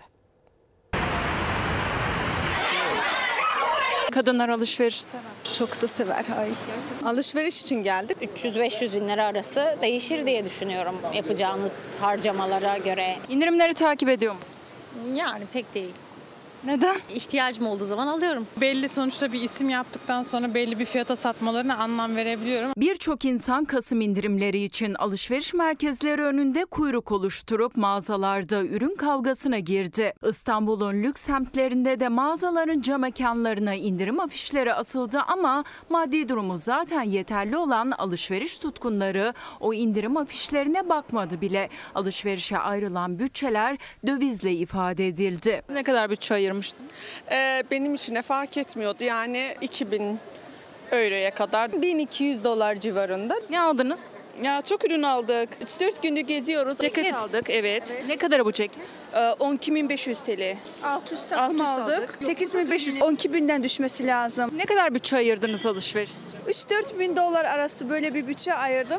Speaker 4: Kadınlar alışveriş sever.
Speaker 6: Çok da sever, hayır. Alışveriş için geldik.
Speaker 21: üç yüz beş yüz bin lira arası değişir diye düşünüyorum yapacağınız harcamalara göre.
Speaker 4: İndirimleri takip ediyor mu?
Speaker 21: Yani pek değil.
Speaker 4: Neden?
Speaker 21: İhtiyacım olduğu zaman alıyorum.
Speaker 6: Belli, sonuçta bir isim yaptıktan sonra belli bir fiyata satmalarına anlam verebiliyorum.
Speaker 22: Birçok insan Kasım indirimleri için alışveriş merkezleri önünde kuyruk oluşturup mağazalarda ürün kavgasına girdi. İstanbul'un lüks semtlerinde de mağazaların cam mekanlarına indirim afişleri asıldı ama maddi durumu zaten yeterli olan alışveriş tutkunları o indirim afişlerine bakmadı bile. Alışverişe ayrılan bütçeler dövizle ifade edildi.
Speaker 4: Ne kadar bütçe ayırmıştın?
Speaker 6: Ee, benim için ne fark etmiyordu. Yani iki bin euroya kadar bin iki yüz dolar civarında.
Speaker 4: Ne aldınız?
Speaker 6: Ya çok ürün aldık. üç dört gündür geziyoruz. Ceket,
Speaker 4: Ceket
Speaker 6: aldık, evet.
Speaker 4: Ne kadar bu ceket?
Speaker 6: on iki bin beş yüz TL. Alt üst takım aldık.
Speaker 4: aldık.
Speaker 6: sekiz bin beş yüz, on iki binden düşmesi lazım.
Speaker 4: Ne kadar bütçe ayırdınız alışveriş?
Speaker 6: üç dört bin dolar arası böyle bir bütçe ayırdım.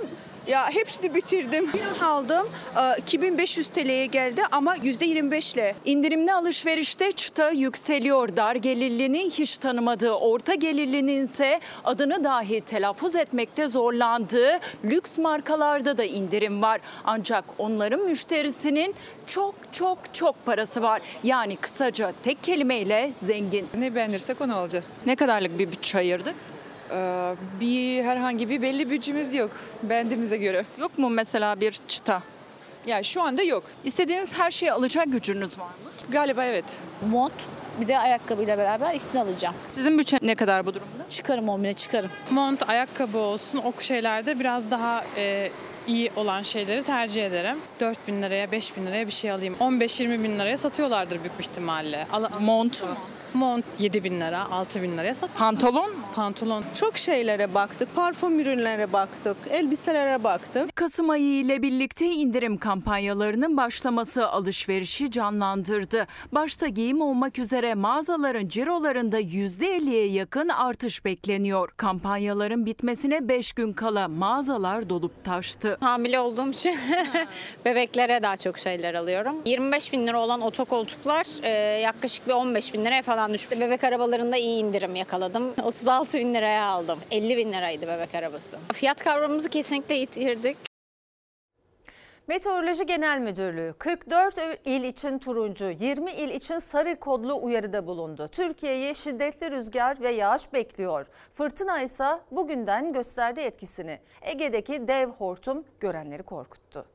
Speaker 5: Ya hepsini bitirdim. Aldım. iki bin beş yüz T L'ye geldi ama yüzde yirmi beş ile.
Speaker 22: İndirimli alışverişte çıta yükseliyor. Dar gelirlinin hiç tanımadığı, orta gelirlinin ise adını dahi telaffuz etmekte zorlandığı lüks markalarda da indirim var. Ancak onların müşterisinin çok çok çok parası var. Yani kısaca tek kelimeyle zengin.
Speaker 4: Ne beğenirsek onu alacağız.
Speaker 22: Ne kadarlık bir bütçe ayırdık?
Speaker 4: Ee, bir herhangi bir belli bütçemiz yok beğendiğimize göre.
Speaker 22: Yok mu mesela bir çıta?
Speaker 4: Ya şu anda yok.
Speaker 22: İstediğiniz her şeyi alacak gücünüz var mı?
Speaker 4: Galiba evet.
Speaker 20: Mont bir de ayakkabıyla beraber ikisini alacağım.
Speaker 22: Sizin bütçe ne kadar bu durumda?
Speaker 20: Çıkarım on bine çıkarım.
Speaker 23: Mont, ayakkabı olsun o şeylerde biraz daha e, iyi olan şeyleri tercih ederim. dört bin liraya beş bin liraya bir şey alayım. on beş yirmi bin liraya satıyorlardır büyük bir ihtimalle. Al
Speaker 22: Mont mu?
Speaker 23: Mont yedi bin lira, altı bin liraya sat.
Speaker 22: Pantolon mu?
Speaker 23: Pantolon.
Speaker 6: Çok şeylere baktık, parfüm ürünlere baktık, elbiselere baktık.
Speaker 22: Kasım ayı ile birlikte indirim kampanyalarının başlaması alışverişi canlandırdı. Başta giyim olmak üzere mağazaların cirolarında yüzde elliye yakın artış bekleniyor. Kampanyaların bitmesine beş gün kala mağazalar dolup taştı.
Speaker 21: Hamile olduğum için bebeklere daha çok şeyler alıyorum. yirmi beş bin lira olan otokoltuklar e, yaklaşık bir on beş bin liraya falan düşmüş. Bebek arabalarında iyi indirim yakaladım. otuz altı bin liraya aldım. elli bin liraydı bebek arabası. Fiyat kavramımızı kesinlikle yitirdik.
Speaker 1: Meteoroloji Genel Müdürlüğü kırk dört il için turuncu, yirmi il için sarı kodlu uyarıda bulundu. Türkiye'ye şiddetli rüzgar ve yağış bekliyor. Fırtına ise bugünden gösterdi etkisini. Ege'deki dev hortum görenleri korkuttu.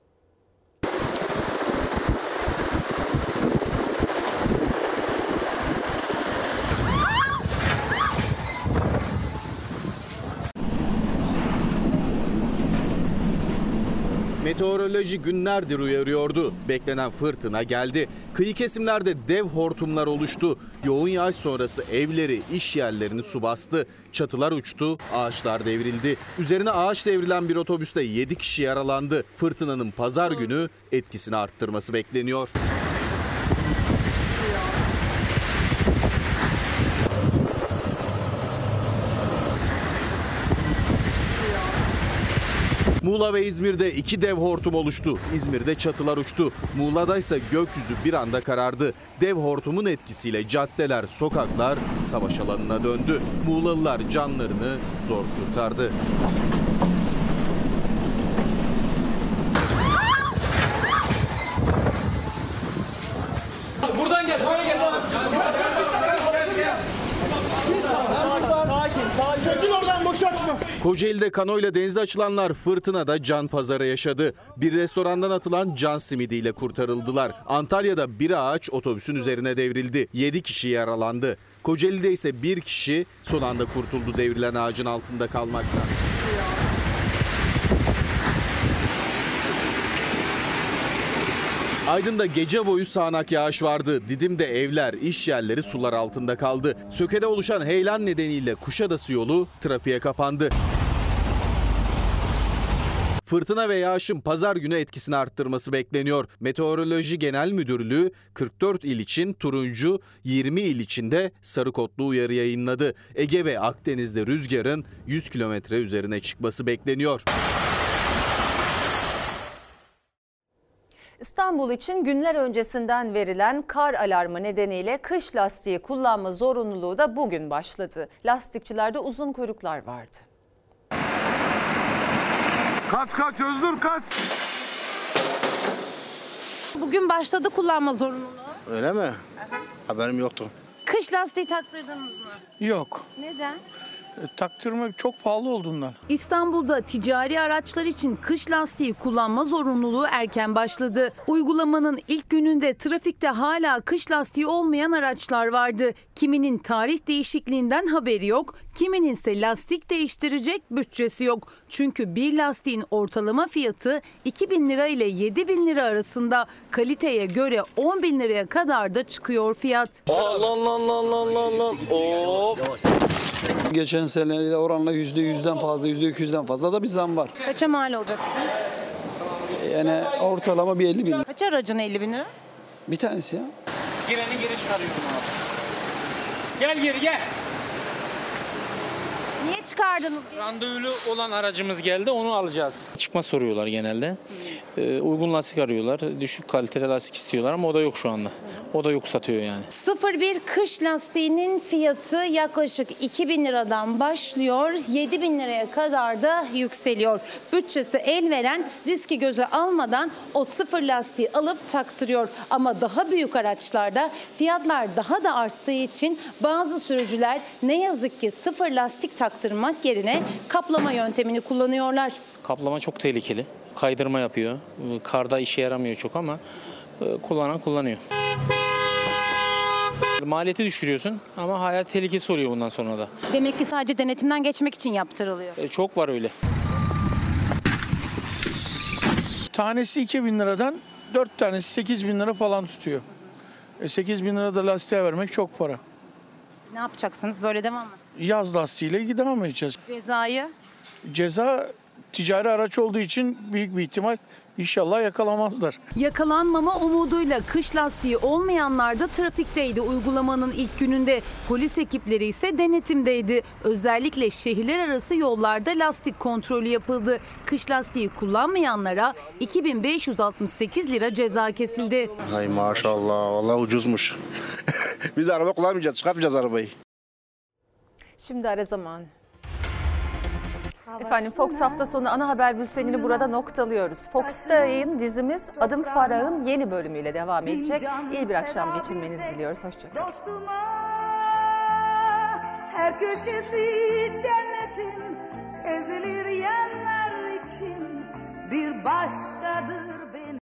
Speaker 9: Meteoroloji günlerdir uyarıyordu. Beklenen fırtına geldi. Kıyı kesimlerde dev hortumlar oluştu. Yoğun yağış sonrası evleri, iş yerlerini su bastı. Çatılar uçtu, ağaçlar devrildi. Üzerine ağaç devrilen bir otobüste yedi kişi yaralandı. Fırtınanın pazar günü etkisini arttırması bekleniyor. Muğla ve İzmir'de iki dev hortum oluştu. İzmir'de çatılar uçtu. Muğla'da ise gökyüzü bir anda karardı. Dev hortumun etkisiyle caddeler, sokaklar savaş alanına döndü. Muğlalılar canlarını zor kurtardı.
Speaker 18: Buradan gel, buraya gel. Sakin, sakin. Çekil oradan, boşalt şunu.
Speaker 9: Kocaeli'de kanoyla denize açılanlar fırtınada can pazarı yaşadı. Bir restorandan atılan can simidiyle kurtarıldılar. Antalya'da bir ağaç otobüsün üzerine devrildi. yedi kişi yaralandı. Kocaeli'de ise bir kişi son anda kurtuldu devrilen ağacın altında kalmaktan. Aydın'da gece boyu sağanak yağış vardı. Didim'de evler, iş yerleri sular altında kaldı. Söke'de oluşan heyelan nedeniyle Kuşadası yolu trafiğe kapandı. Fırtına ve yağışın pazar günü etkisini arttırması bekleniyor. Meteoroloji Genel Müdürlüğü kırk dört il için turuncu, yirmi il için de sarı kodlu uyarı yayınladı. Ege ve Akdeniz'de rüzgarın yüz kilometre üzerine çıkması bekleniyor.
Speaker 1: İstanbul için günler öncesinden verilen kar alarmı nedeniyle kış lastiği kullanma zorunluluğu da bugün başladı. Lastikçilerde uzun kuyruklar vardı.
Speaker 11: Kaç kaç Özgür kaç.
Speaker 24: Bugün başladı kullanma zorunluluğu.
Speaker 25: Öyle mi? Haberim yoktu.
Speaker 24: Kış lastiği taktırdınız mı?
Speaker 25: Yok.
Speaker 24: Neden?
Speaker 25: E, taktırma çok pahalı olduğundan.
Speaker 24: İstanbul'da ticari araçlar için kış lastiği kullanma zorunluluğu erken başladı. Uygulamanın ilk gününde trafikte hala kış lastiği olmayan araçlar vardı. Kiminin tarih değişikliğinden haberi yok, kiminin ise lastik değiştirecek bütçesi yok. Çünkü bir lastiğin ortalama fiyatı iki bin lira ile yedi bin lira arasında, kaliteye göre on bin liraya kadar da çıkıyor fiyat.
Speaker 25: Allah Allah Allah Allah Allah. Hop.
Speaker 13: Geçen seneyle oranla yüzde yüzden fazla, yüzde iki yüzden fazla da bir zam var.
Speaker 24: Kaça mal olacak?
Speaker 13: Yani ortalama bir elli bin.
Speaker 24: Kaç aracın elli bin lira?
Speaker 13: Bir tanesi ya.
Speaker 18: Gireni geri çıkarıyorum abi. Gel geri gel.
Speaker 2: Niye çıkardınız?
Speaker 7: Randevulu olan aracımız geldi, onu alacağız. Çıkma soruyorlar genelde. Ee, uygun lastik arıyorlar, düşük kaliteli lastik istiyorlar ama o da yok şu anda. O da yok satıyor yani.
Speaker 2: sıfır bir kış lastiğinin fiyatı yaklaşık iki bin liradan başlıyor, yedi bin liraya kadar da yükseliyor. Bütçesi el veren riski göze almadan o sıfır lastiği alıp taktırıyor. Ama daha büyük araçlarda fiyatlar daha da arttığı için bazı sürücüler ne yazık ki sıfır lastik taktırmak yerine kaplama yöntemini kullanıyorlar.
Speaker 7: Kaplama çok tehlikeli. Kaydırma yapıyor. Karda işe yaramıyor çok ama kullanan kullanıyor. Maliyeti düşürüyorsun ama hayat tehlikesi oluyor bundan sonra da.
Speaker 2: Demek ki sadece denetimden geçmek için yaptırılıyor.
Speaker 7: E, çok var öyle.
Speaker 25: Tanesi iki bin liradan dört tanesi sekiz bin lira falan tutuyor. E sekiz bin lira da lastiğe vermek çok para.
Speaker 2: Ne yapacaksınız? Böyle devam mı?
Speaker 25: Yaz lastiğiyle devam edeceğiz.
Speaker 2: Cezayı?
Speaker 25: Ceza ticari araç olduğu için büyük bir ihtimal inşallah yakalamazlar.
Speaker 24: Yakalanmama umuduyla kış lastiği olmayanlar da trafikteydi uygulamanın ilk gününde. Polis ekipleri ise denetimdeydi. Özellikle şehirler arası yollarda lastik kontrolü yapıldı. Kış lastiği kullanmayanlara iki bin beş yüz altmış sekiz lira ceza kesildi.
Speaker 25: Ay maşallah, vallahi ucuzmuş. Biz araba kullanmayacağız, çıkartmayacağız arabayı.
Speaker 1: Şimdi ara zaman. Efendim Fox hafta sonu ana haber bültenini burada noktalıyoruz. Fox'ta yayın dizimiz Adım Farah'ın yeni bölümüyle devam edecek. İyi bir akşam geçirmenizi diliyoruz. Hoşçakalın.
Speaker 10: Her köşesi cennetin ezilir yerler için bir başkadır.